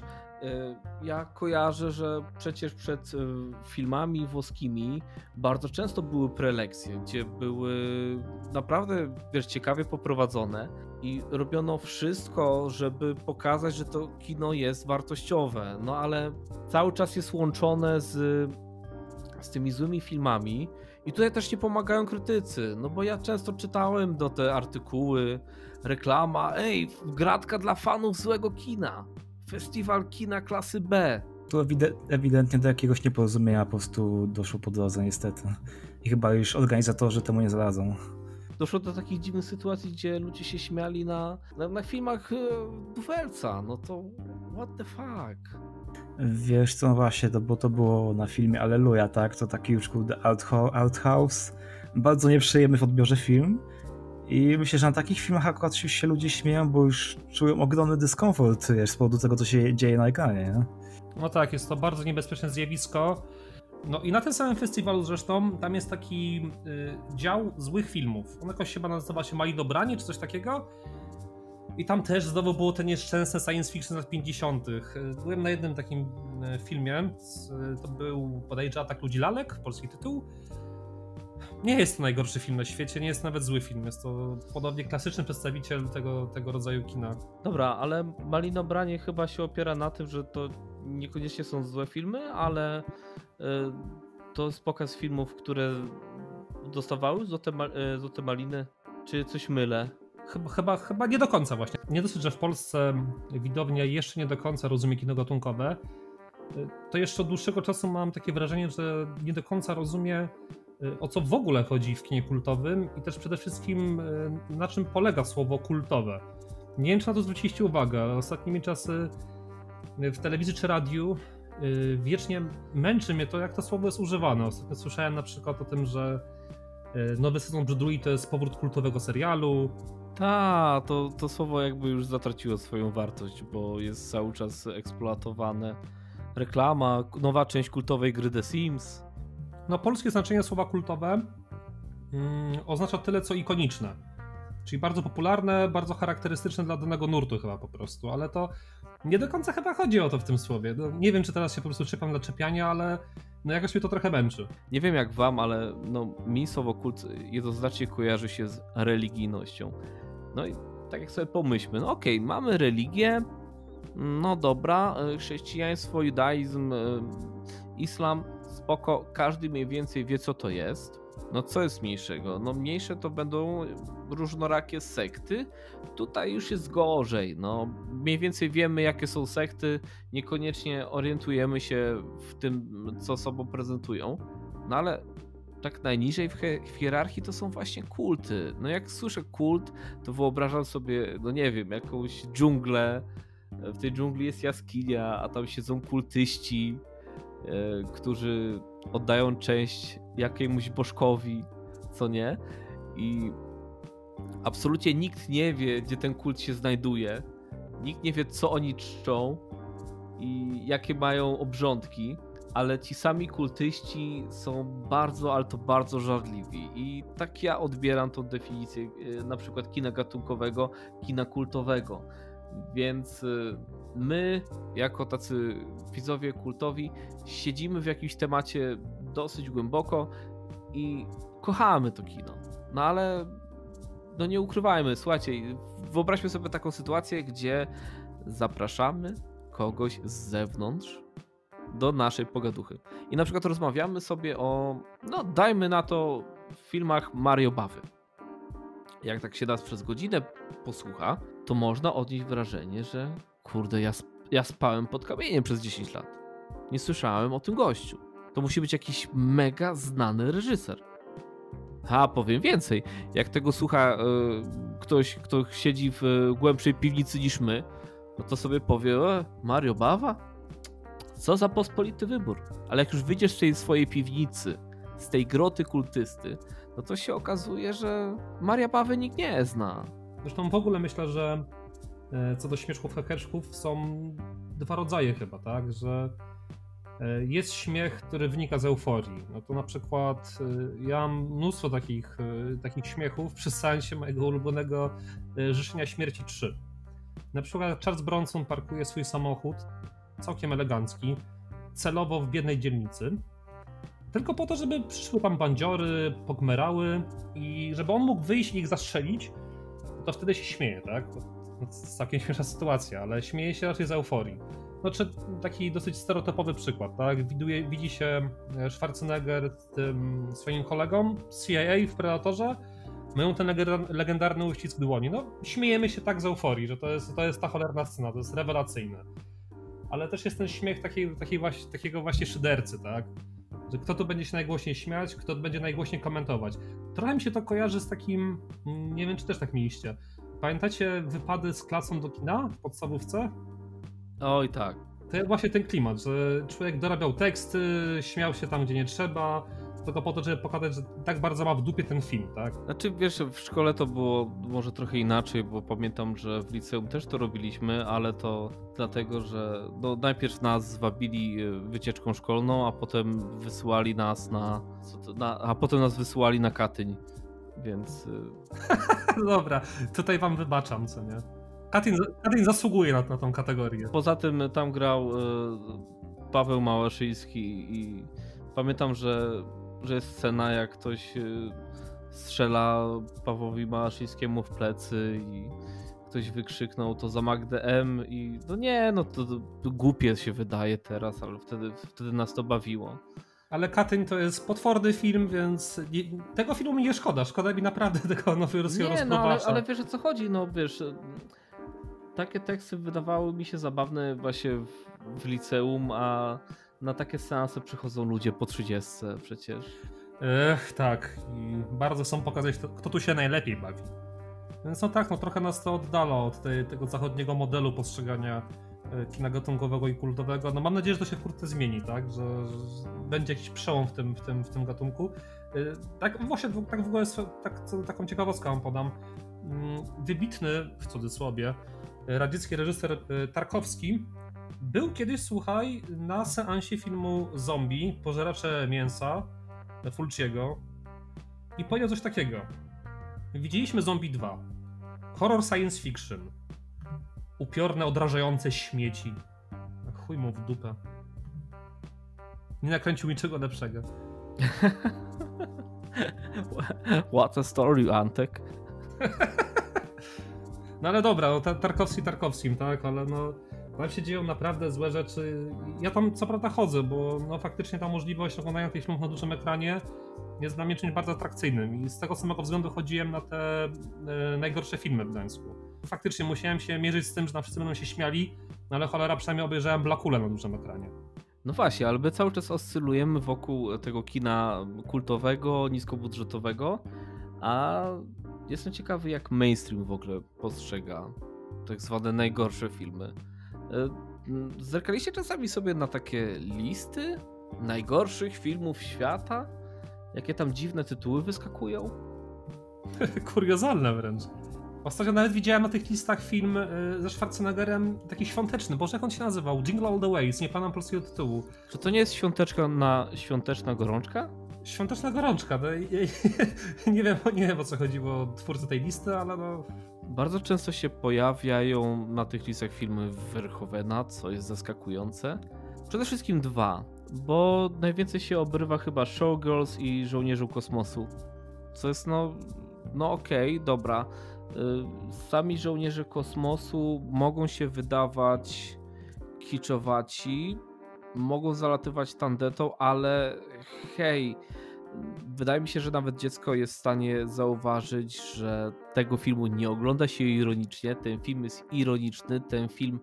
ja kojarzę, że przecież przed filmami włoskimi bardzo często były prelekcje, gdzie były naprawdę, wiesz, ciekawie poprowadzone i robiono wszystko, żeby pokazać, że to kino jest wartościowe, no ale cały czas jest łączone z, z tymi złymi filmami i tutaj też nie pomagają krytycy, no bo ja często czytałem do te artykuły, reklama, ej, gratka dla fanów złego kina. Festiwal kina klasy B. Tu ewidentnie do jakiegoś nieporozumienia po prostu doszło po drodze niestety. I chyba już organizatorzy temu nie zaradzą. Doszło do takich dziwnych sytuacji, gdzie ludzie się śmiali na, na, na filmach Duvelca. No to what the fuck? Wiesz co, no właśnie, to, bo to było na filmie Alleluja, tak? To taki już kurde art house. Bardzo nieprzyjemny w odbiorze film. I myślę, że na takich filmach akurat się ludzie śmieją, bo już czują ogromny dyskomfort, wiesz, z powodu tego, co się dzieje na ekranie, nie? No tak, jest to bardzo niebezpieczne zjawisko. No i na tym samym festiwalu zresztą, tam jest taki y, dział złych filmów. On jakoś chyba nazywa się Mali Dobranie, czy coś takiego. I tam też znowu było te nieszczęsne science fiction z lat pięćdziesiątych. Byłem na jednym takim filmie, to był bodajże Atak Ludzi Lalek, polski tytuł. Nie jest to najgorszy film na świecie, nie jest nawet zły film, jest to podobnie klasyczny przedstawiciel tego, tego rodzaju kina. Dobra, ale Malinobranie chyba się opiera na tym, że to niekoniecznie są złe filmy, ale y, to jest pokaz filmów, które dostawały złote, y, złote maliny, czy coś mylę? Chyba, chyba, chyba nie do końca właśnie. Nie dosyć, że w Polsce widownia jeszcze nie do końca rozumie kino gatunkowe, to jeszcze od dłuższego czasu mam takie wrażenie, że nie do końca rozumie, o co w ogóle chodzi w kinie kultowym i też przede wszystkim na czym polega słowo kultowe. Nie wiem, czy na to zwróciliście uwagę, ale ostatnimi czasy w telewizji czy radiu wiecznie męczy mnie to, jak to słowo jest używane. Ostatnio słyszałem na przykład o tym, że nowy sezon Brzyduli to jest powrót kultowego serialu. Ta, to, to słowo jakby już zatraciło swoją wartość, bo jest cały czas eksploatowane. Reklama, nowa część kultowej gry The Sims. No, polskie znaczenie słowa kultowe mm, oznacza tyle, co ikoniczne. Czyli bardzo popularne, bardzo charakterystyczne dla danego nurtu chyba po prostu, ale to nie do końca chyba chodzi o to w tym słowie. No, nie wiem, czy teraz się po prostu czepiam dla czepiania, ale no jakoś mnie to trochę męczy. Nie wiem jak wam, ale no, mi słowo kult jednoznacznie kojarzy się z religijnością. No i tak jak sobie pomyślmy, no okej, okay, mamy religię, no dobra, chrześcijaństwo, judaizm islam, spoko, każdy mniej więcej wie, co to jest. No co jest mniejszego? No mniejsze to będą różnorakie sekty. Tutaj już jest gorzej. No mniej więcej wiemy, jakie są sekty, niekoniecznie orientujemy się w tym, co sobą prezentują. No ale tak najniżej w, he- w hierarchii to są właśnie kulty. No jak słyszę kult, to wyobrażam sobie, no nie wiem, jakąś dżunglę. W tej dżungli jest jaskinia, a tam siedzą kultyści, e, którzy oddają cześć jakiemuś bożkowi, co nie? I absolutnie nikt nie wie, gdzie ten kult się znajduje. Nikt nie wie, co oni czczą i jakie mają obrządki, ale ci sami kultyści są bardzo, ale to bardzo żarliwi. I tak ja odbieram tą definicję na przykład kina gatunkowego, kina kultowego. Więc my, jako tacy widzowie kultowi, siedzimy w jakimś temacie dosyć głęboko i kochamy to kino. No ale no nie ukrywajmy, słuchajcie, wyobraźmy sobie taką sytuację, gdzie zapraszamy kogoś z zewnątrz do naszej pogaduchy. I na przykład rozmawiamy sobie o, no dajmy na to, w filmach Mario Bawy. Jak tak się nas przez godzinę posłucha, to można odnieść wrażenie, że kurde, ja, sp- ja spałem pod kamieniem przez dziesięć lat. Nie słyszałem o tym gościu. To musi być jakiś mega znany reżyser. A powiem więcej, jak tego słucha y, ktoś, kto siedzi w y, głębszej piwnicy niż my, no to sobie powie, e, Mario Bawa? Co za pospolity wybór. Ale jak już wyjdziesz z tej swojej piwnicy, z tej groty kultysty, no to się okazuje, że Maria Bawy nikt nie zna. Zresztą w ogóle myślę, że co do śmieszków hakerszków są dwa rodzaje chyba, tak? Że jest śmiech, który wynika z euforii. No to na przykład ja mam mnóstwo takich, takich śmiechów przy seansie mojego ulubionego Życzenia Śmierci trzy. Na przykład Charles Bronson parkuje swój samochód, całkiem elegancki, celowo w biednej dzielnicy, tylko po to, żeby przyszły tam bandziory, pogmerały i żeby on mógł wyjść i ich zastrzelić, to wtedy się śmieje, tak? To jest całkiem śmieszna sytuacja, ale śmieje się raczej z euforii. No, czy taki dosyć stereotypowy przykład, tak? Widuje, widzi się Schwarzenegger z tym swoim kolegą z C I A w Predatorze, mają ten legendarny uścisk dłoni. No, śmiejemy się tak z euforii, że to jest, to jest ta cholerna scena, to jest rewelacyjne. Ale też jest ten śmiech takiej, takiej właśnie, takiego właśnie szydercy, tak? Że kto tu będzie się najgłośniej śmiać, kto będzie najgłośniej komentować. Trochę mi się to kojarzy z takim, nie wiem czy też tak mieliście. Pamiętacie wypady z klasą do kina w podstawówce? Oj tak. To jest właśnie ten klimat, że człowiek dorabiał teksty, śmiał się tam gdzie nie trzeba, tylko po to, żeby pokazać, że tak bardzo ma w dupie ten film, tak? Znaczy wiesz, w szkole to było może trochę inaczej, bo pamiętam, że w liceum też to robiliśmy, ale to dlatego, że no, najpierw nas zwabili wycieczką szkolną, a potem wysyłali nas na, co to, na a potem nas wysyłali na Katyń, więc... Dobra, tutaj wam wybaczam, co nie? Katyń, Katyń zasługuje na, na tą kategorię. Poza tym tam grał y, Paweł Małaszyński i pamiętam, że, że jest scena, jak ktoś y, strzela Pawłowi Małaszyńskiemu w plecy i ktoś wykrzyknął to za Magdę M i no nie, no to, to głupie się wydaje teraz, ale wtedy, wtedy nas to bawiło. Ale Katyń to jest potworny film, więc nie, tego filmu mi nie szkoda. Szkoda mi naprawdę tego nowego rozpływacza. Nie, no ale, ale wiesz o co chodzi, no wiesz, takie teksty wydawały mi się zabawne właśnie w, w liceum, a na takie seanse przychodzą ludzie po trzydziestce przecież. Ech, tak. I bardzo chcą pokazać, kto, kto tu się najlepiej bawi. Więc no tak, no trochę nas to oddala od tej, tego zachodniego modelu postrzegania kina gatunkowego i kultowego. No mam nadzieję, że to się wkrótce zmieni, tak? Że, że będzie jakiś przełom w tym, w tym, w tym gatunku. Tak właśnie, tak w ogóle tak, taką ciekawostkę wam podam. Wybitny, w cudzysłowie, radziecki reżyser Tarkowski był kiedyś, słuchaj, na seansie filmu Zombie, Pożeracze Mięsa Fulciego i powiedział coś takiego. Widzieliśmy Zombie dwa. Horror science fiction. Upiorne, odrażające śmieci. Chuj mu w dupę. Nie nakręcił niczego lepszego. What a story, Antek. No ale dobra, no, Tarkowski Tarkowskim, tak? Ale no Tam się dzieją naprawdę złe rzeczy. Ja tam co prawda chodzę, bo no faktycznie ta możliwość oglądania tych filmów na dużym ekranie jest dla mnie czymś bardzo atrakcyjnym i z tego samego względu chodziłem na te e, najgorsze filmy w Gdańsku. Faktycznie musiałem się mierzyć z tym, że na wszyscy będą się śmiali, no ale cholera, przynajmniej obejrzałem Blackulę na dużym ekranie. No właśnie, ale my cały czas oscylujemy wokół tego kina kultowego, niskobudżetowego, a jestem ciekawy, jak mainstream w ogóle postrzega tak zwane najgorsze filmy. Zerkaliście czasami sobie na takie listy najgorszych filmów świata? Jakie tam dziwne tytuły wyskakują? Kuriozalne wręcz. Ostatnio nawet widziałem na tych listach film ze Schwarzeneggerem taki świąteczny. Boże, jak on się nazywał? Jingle All The Way, nie pamiętam polskiego tytułu. Czy to nie jest świąteczka na świąteczna gorączka? Świąteczna gorączka. No, nie, wiem, nie wiem o co chodziło twórcy tej listy, ale no... Bardzo często się pojawiają na tych listach filmy Verhoevena, co jest zaskakujące. Przede wszystkim dwa, bo najwięcej się obrywa chyba Showgirls i Żołnierzu Kosmosu. Co jest no... No okej, okay, dobra. Sami Żołnierze Kosmosu mogą się wydawać kiczowaci, mogą zalatywać tandetą, ale hej, wydaje mi się, że nawet dziecko jest w stanie zauważyć, że tego filmu nie ogląda się ironicznie, ten film jest ironiczny, ten film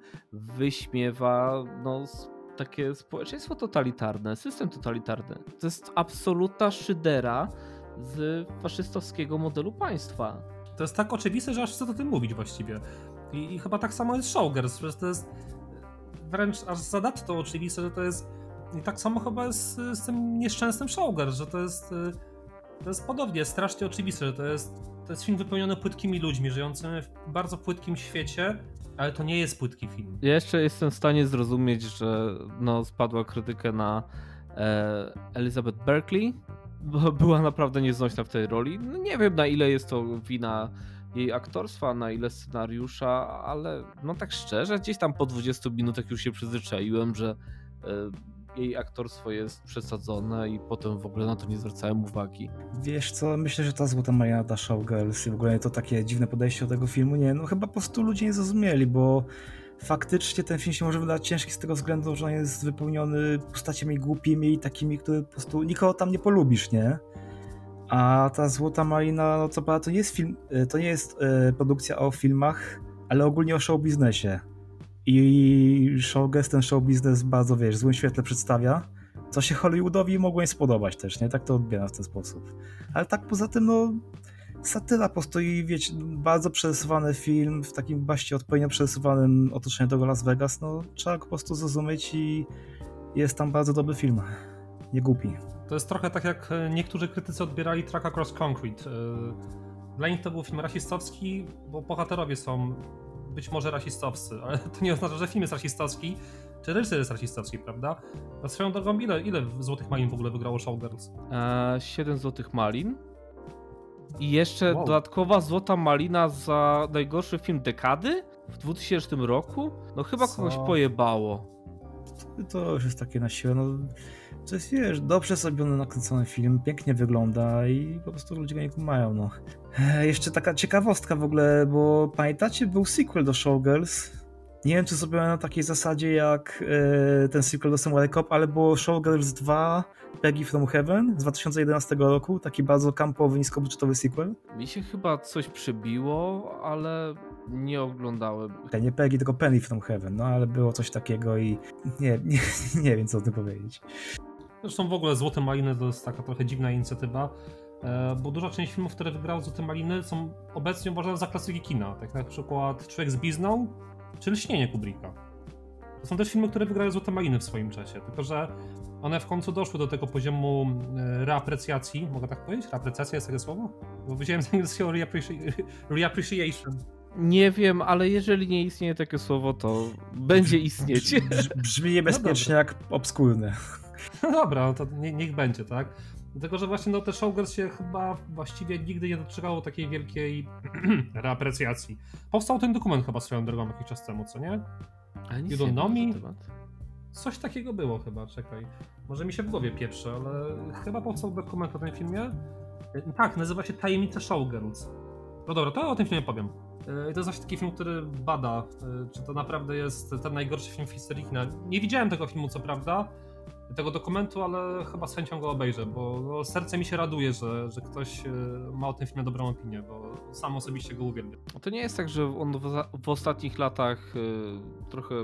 wyśmiewa no, takie społeczeństwo totalitarne, system totalitarny. To jest absolutna szydera z faszystowskiego modelu państwa. To jest tak oczywiste, że aż chcę o tym mówić właściwie. I, i chyba tak samo jest Showgirls, że to jest wręcz aż zanadto oczywiste, że to jest i tak samo chyba jest z, z tym nieszczęsnym Showgirls, że to jest to jest podobnie, strasznie oczywiste, że to jest to jest film wypełniony płytkimi ludźmi, żyjącymi w bardzo płytkim świecie, ale to nie jest płytki film. Ja jeszcze jestem w stanie zrozumieć, że no, spadła krytykę na e, Elizabeth Berkley, bo była naprawdę nieznośna w tej roli. No nie wiem, na ile jest to wina jej aktorstwa, na ile scenariusza, ale no tak szczerze, gdzieś tam po dwudziestu minutach już się przyzwyczaiłem, że y, jej aktorstwo jest przesadzone i potem w ogóle na to nie zwracałem uwagi. Wiesz co, myślę, że ta Złota Mariana, ta Showgirls i w ogóle to takie dziwne podejście do tego filmu, nie, no chyba po prostu ludzie nie zrozumieli, bo faktycznie ten film się może wydać ciężki z tego względu, że on jest wypełniony postaciami głupimi i takimi, które po prostu nikogo tam nie polubisz, nie? A ta Złota Malina, no co prawda to nie jest film, to nie jest e, produkcja o filmach, ale ogólnie o show biznesie. I Showgirls ten show biznes bardzo, wiesz, w złym świetle przedstawia, co się Hollywoodowi mogło nie spodobać też, nie? Tak to odbieram w ten sposób. Ale tak poza tym, no satyra po prostu i wiecie, bardzo przerysowany film w takim baście odpowiednio przerysowanym otoczeniu tego Las Vegas, no trzeba go po prostu zrozumieć i jest tam bardzo dobry film. Nie głupi. To jest trochę tak jak niektórzy krytycy odbierali Track Across Concrete. Dla nich to był film rasistowski, bo bohaterowie są być może rasistowscy, ale to nie oznacza, że film jest rasistowski, czy reżyser jest rasistowski, prawda? A swoją drogą, ile, ile Złotych Malin w ogóle wygrało Showgirls? Eee, siedem Złotych Malin. I jeszcze wow. Dodatkowa Złota Malina za najgorszy film dekady w dwutysięcznym roku? No chyba Co? kogoś pojebało. To już jest takie na siłę, no to jest, wiesz, dobrze zrobiony, nakręcony film, pięknie wygląda i po prostu ludzie go nie kumają, no. E, jeszcze taka ciekawostka w ogóle, bo pamiętacie, był sequel do Showgirls? Nie wiem, czy zrobiłem na takiej zasadzie jak e, ten sequel do Samurai Cop, ale było Showgirls dwa, Peggy from Heaven z dwa tysiące jedenastego roku, taki bardzo kampowy, niskobudżetowy sequel. Mi się chyba coś przybiło, ale nie oglądałem. Nie Peggy, tylko Penny from Heaven, no ale było coś takiego i nie, nie, nie wiem, co o tym powiedzieć. Zresztą w ogóle Złote Maliny to jest taka trochę dziwna inicjatywa, bo duża część filmów, które wygrały Złote Maliny, są obecnie uważane za klasyki kina, tak na przykład Człowiek z blizną czy Lśnienie Kubricka. To są też filmy, które wygrały Złote Maliny w swoim czasie, tylko że one w końcu doszły do tego poziomu reaprecjacji, mogę tak powiedzieć? Reaprecjacja jest takie słowo? Bo powiedziałem z angielskiego reappreciation. Nie wiem, ale jeżeli nie istnieje takie słowo, to będzie istnieć. Brzmi niebezpiecznie no jak obskurne. No dobra, no to nie, niech będzie, tak? Dlatego, że właśnie no, te Showgirls się chyba właściwie nigdy nie doczekało takiej wielkiej reaprecjacji. Powstał ten dokument chyba swoją drogą jakiś czas temu, co nie? Ale nic You don't nie know me? temat. Coś takiego było chyba, czekaj. Może mi się w głowie pieprzy, ale chyba powstał dokument o tym filmie. Tak, nazywa się Tajemnice Showgirls. No dobra, to o tym filmie powiem. I to jest właśnie taki film, który bada, czy to naprawdę jest ten najgorszy film w historii kina. Nie widziałem tego filmu, co prawda, tego dokumentu, ale chyba z chęcią go obejrzę, bo no, serce mi się raduje, że, że ktoś ma o tym filmie dobrą opinię, bo sam osobiście go uwielbiam. To nie jest tak, że on w, w ostatnich latach y, trochę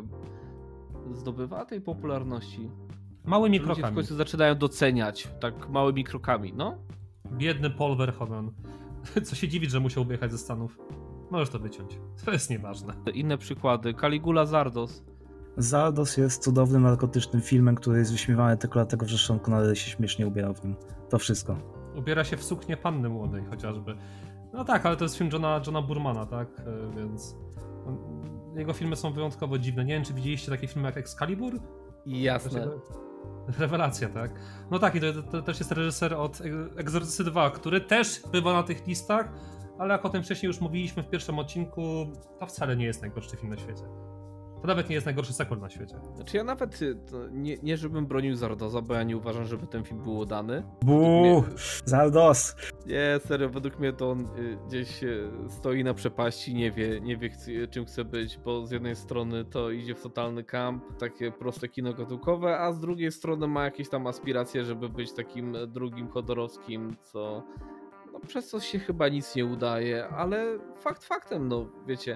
zdobywa tej popularności? Małymi Ludzie krokami. w końcu zaczynają doceniać, tak małymi krokami, no? Biedny Paul Verhoeven. Co się dziwić, że musiał wyjechać ze Stanów. Możesz to wyciąć. To jest nieważne. Inne przykłady. Caligula Zardos. Zardos jest cudownym, narkotycznym filmem, który jest wyśmiewany tylko dlatego, że Sean Connery się śmiesznie ubierał w nim. To wszystko. Ubiera się w suknię panny młodej chociażby. No tak, ale to jest film Johna, Johna Burmana, tak? Więc jego filmy są wyjątkowo dziwne. Nie wiem, czy widzieliście takie filmy jak Excalibur? Jasne. Rewelacja, tak? No tak, i to, to też jest reżyser od Egzorcysty dwa, który też bywa na tych listach, ale jak o tym wcześniej już mówiliśmy w pierwszym odcinku, to wcale nie jest najgorszy film na świecie. To nawet nie jest najgorszy sequel na świecie. Znaczy ja nawet nie, nie żebym bronił Zardoza, bo ja nie uważam, żeby ten film był udany. Buuu, Zardos! Nie, serio, według mnie to on y, gdzieś y, stoi na przepaści, nie wie, nie wie chce, czym chce być, bo z jednej strony to idzie w totalny camp, takie proste kino gatunkowe, a z drugiej strony ma jakieś tam aspiracje, żeby być takim drugim Chodorowskim, co no, przez co się chyba nic nie udaje, ale fakt faktem, no wiecie,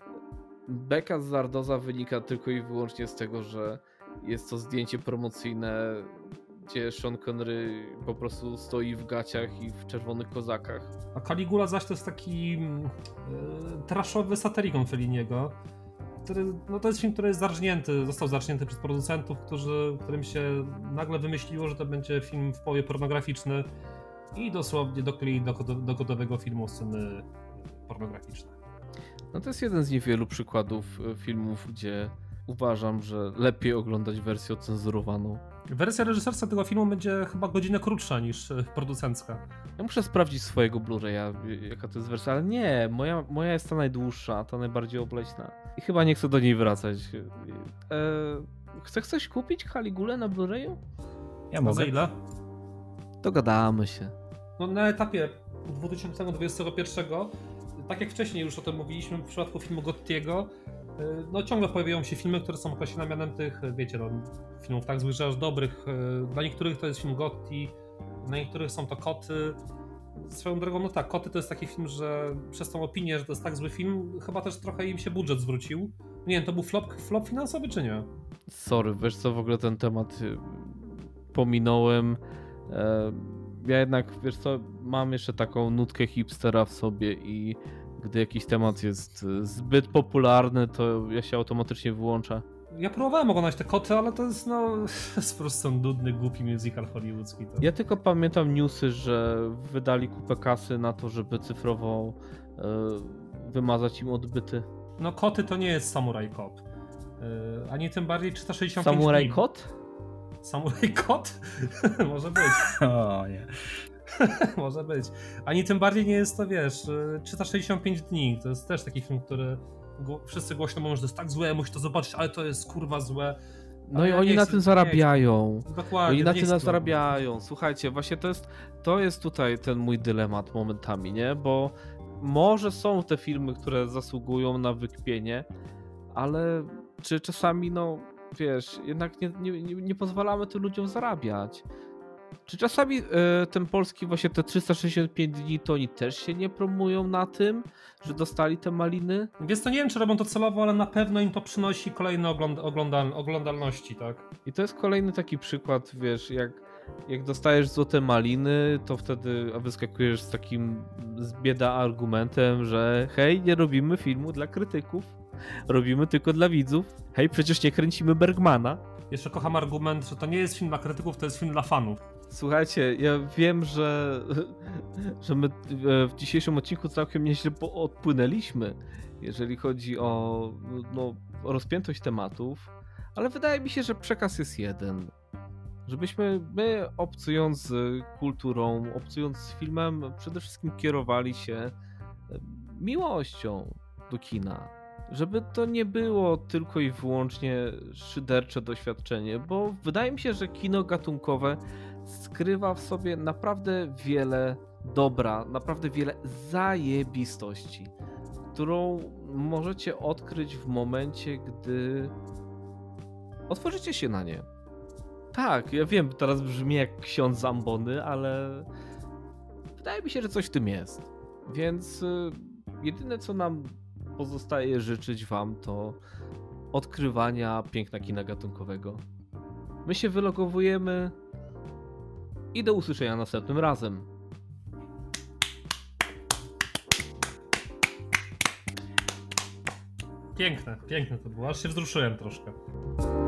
beka z Zardoza wynika tylko i wyłącznie z tego, że jest to zdjęcie promocyjne, gdzie Sean Connery po prostu stoi w gaciach i w czerwonych kozakach. A Caligula zaś to jest taki yy, trashowy satyricon Felliniego, który, no to jest film, który jest zarżnięty, został zarżnięty przez producentów, którzy, którym się nagle wymyśliło, że to będzie film w połowie pornograficzny i dosłownie dokleili do, do, do gotowego filmu sceny pornograficzne. No to jest jeden z niewielu przykładów filmów, gdzie uważam, że lepiej oglądać wersję ocenzurowaną. Wersja reżyserska tego filmu będzie chyba godzinę krótsza niż producencka. Ja muszę sprawdzić swojego Blu-raya, jaka to jest wersja, ale nie, moja, moja jest ta najdłuższa, ta najbardziej obleśna. I chyba nie chcę do niej wracać. Eee, chcesz coś kupić Caligulę na Blu-rayu? Ja A mogę. za ile? Dogadamy się. No na etapie dwa tysiące dwudziestego pierwszego, tak jak wcześniej już o tym mówiliśmy w przypadku filmu Gottiego, no ciągle pojawiają się filmy, które są określone mianem tych, wiecie, no, filmów tak złych, że aż dobrych. Dla niektórych to jest film Gotti, dla niektórych są to Koty. Swoją drogą, no tak, Koty to jest taki film, że przez tą opinię, że to jest tak zły film, chyba też trochę im się budżet zwrócił. Nie wiem, to był flop, flop finansowy czy nie? Sorry, wiesz co, w ogóle ten temat pominąłem. Ja jednak, wiesz co, mam jeszcze taką nutkę hipstera w sobie i gdy jakiś temat jest zbyt popularny, to ja się automatycznie wyłączę. Ja próbowałem oglądać te Koty, ale to jest no jest po prostu nudny, głupi musical hollywoodzki. To. Ja tylko pamiętam newsy, że wydali kupę kasy na to, żeby cyfrowo yy, wymazać im odbyty. No Koty to nie jest Samurai Cop. Yy, ani tym bardziej trzysta sześćdziesiąt pięć Samurai dni. Kot? Samurai Kot? Może być. O nie. Może być. Ani tym bardziej nie jest to, wiesz, trzysta sześćdziesiąt pięć dni. To jest też taki film, który wszyscy głośno mówią, że to jest tak złe, musisz to zobaczyć, ale to jest kurwa złe. No ale i ja oni na chcę, tym zarabiają. Dokładnie. Oni na nie tym chcę zarabiają. Słuchajcie, właśnie to jest, to jest tutaj ten mój dylemat momentami, nie? Bo może są te filmy, które zasługują na wykpienie, ale czy czasami, no wiesz, jednak nie, nie, nie, nie pozwalamy tym ludziom zarabiać. Czy czasami y, ten polski właśnie te trzysta sześćdziesiąt pięć dni to oni też się nie promują na tym, że dostali te maliny? Więc to nie wiem, czy robią to celowo, ale na pewno im to przynosi kolejne ogląd oglądal oglądalności, tak? I to jest kolejny taki przykład, wiesz, jak, jak dostajesz złote maliny, to wtedy wyskakujesz z takim z bieda argumentem, że hej, nie robimy filmu dla krytyków, robimy tylko dla widzów. Hej, przecież nie kręcimy Bergmana. Jeszcze kocham argument, że to nie jest film dla krytyków, to jest film dla fanów. Słuchajcie, ja wiem, że, że my w dzisiejszym odcinku całkiem nieźle odpłynęliśmy, jeżeli chodzi o, no, o rozpiętość tematów, ale wydaje mi się, że przekaz jest jeden. Żebyśmy my, obcując z kulturą, obcując z filmem, przede wszystkim kierowali się miłością do kina. Żeby to nie było tylko i wyłącznie szydercze doświadczenie, bo wydaje mi się, że kino gatunkowe skrywa w sobie naprawdę wiele dobra, naprawdę wiele zajebistości. którą możecie odkryć w momencie, gdy otworzycie się na nie. Tak, ja wiem, teraz brzmi jak ksiądz z ambony, ale wydaje mi się, że coś w tym jest. Więc jedyne, co nam pozostaje życzyć wam, to odkrywania piękna kina gatunkowego. My się wylogowujemy i do usłyszenia następnym razem. Piękne, piękne to było, aż się wzruszyłem troszkę.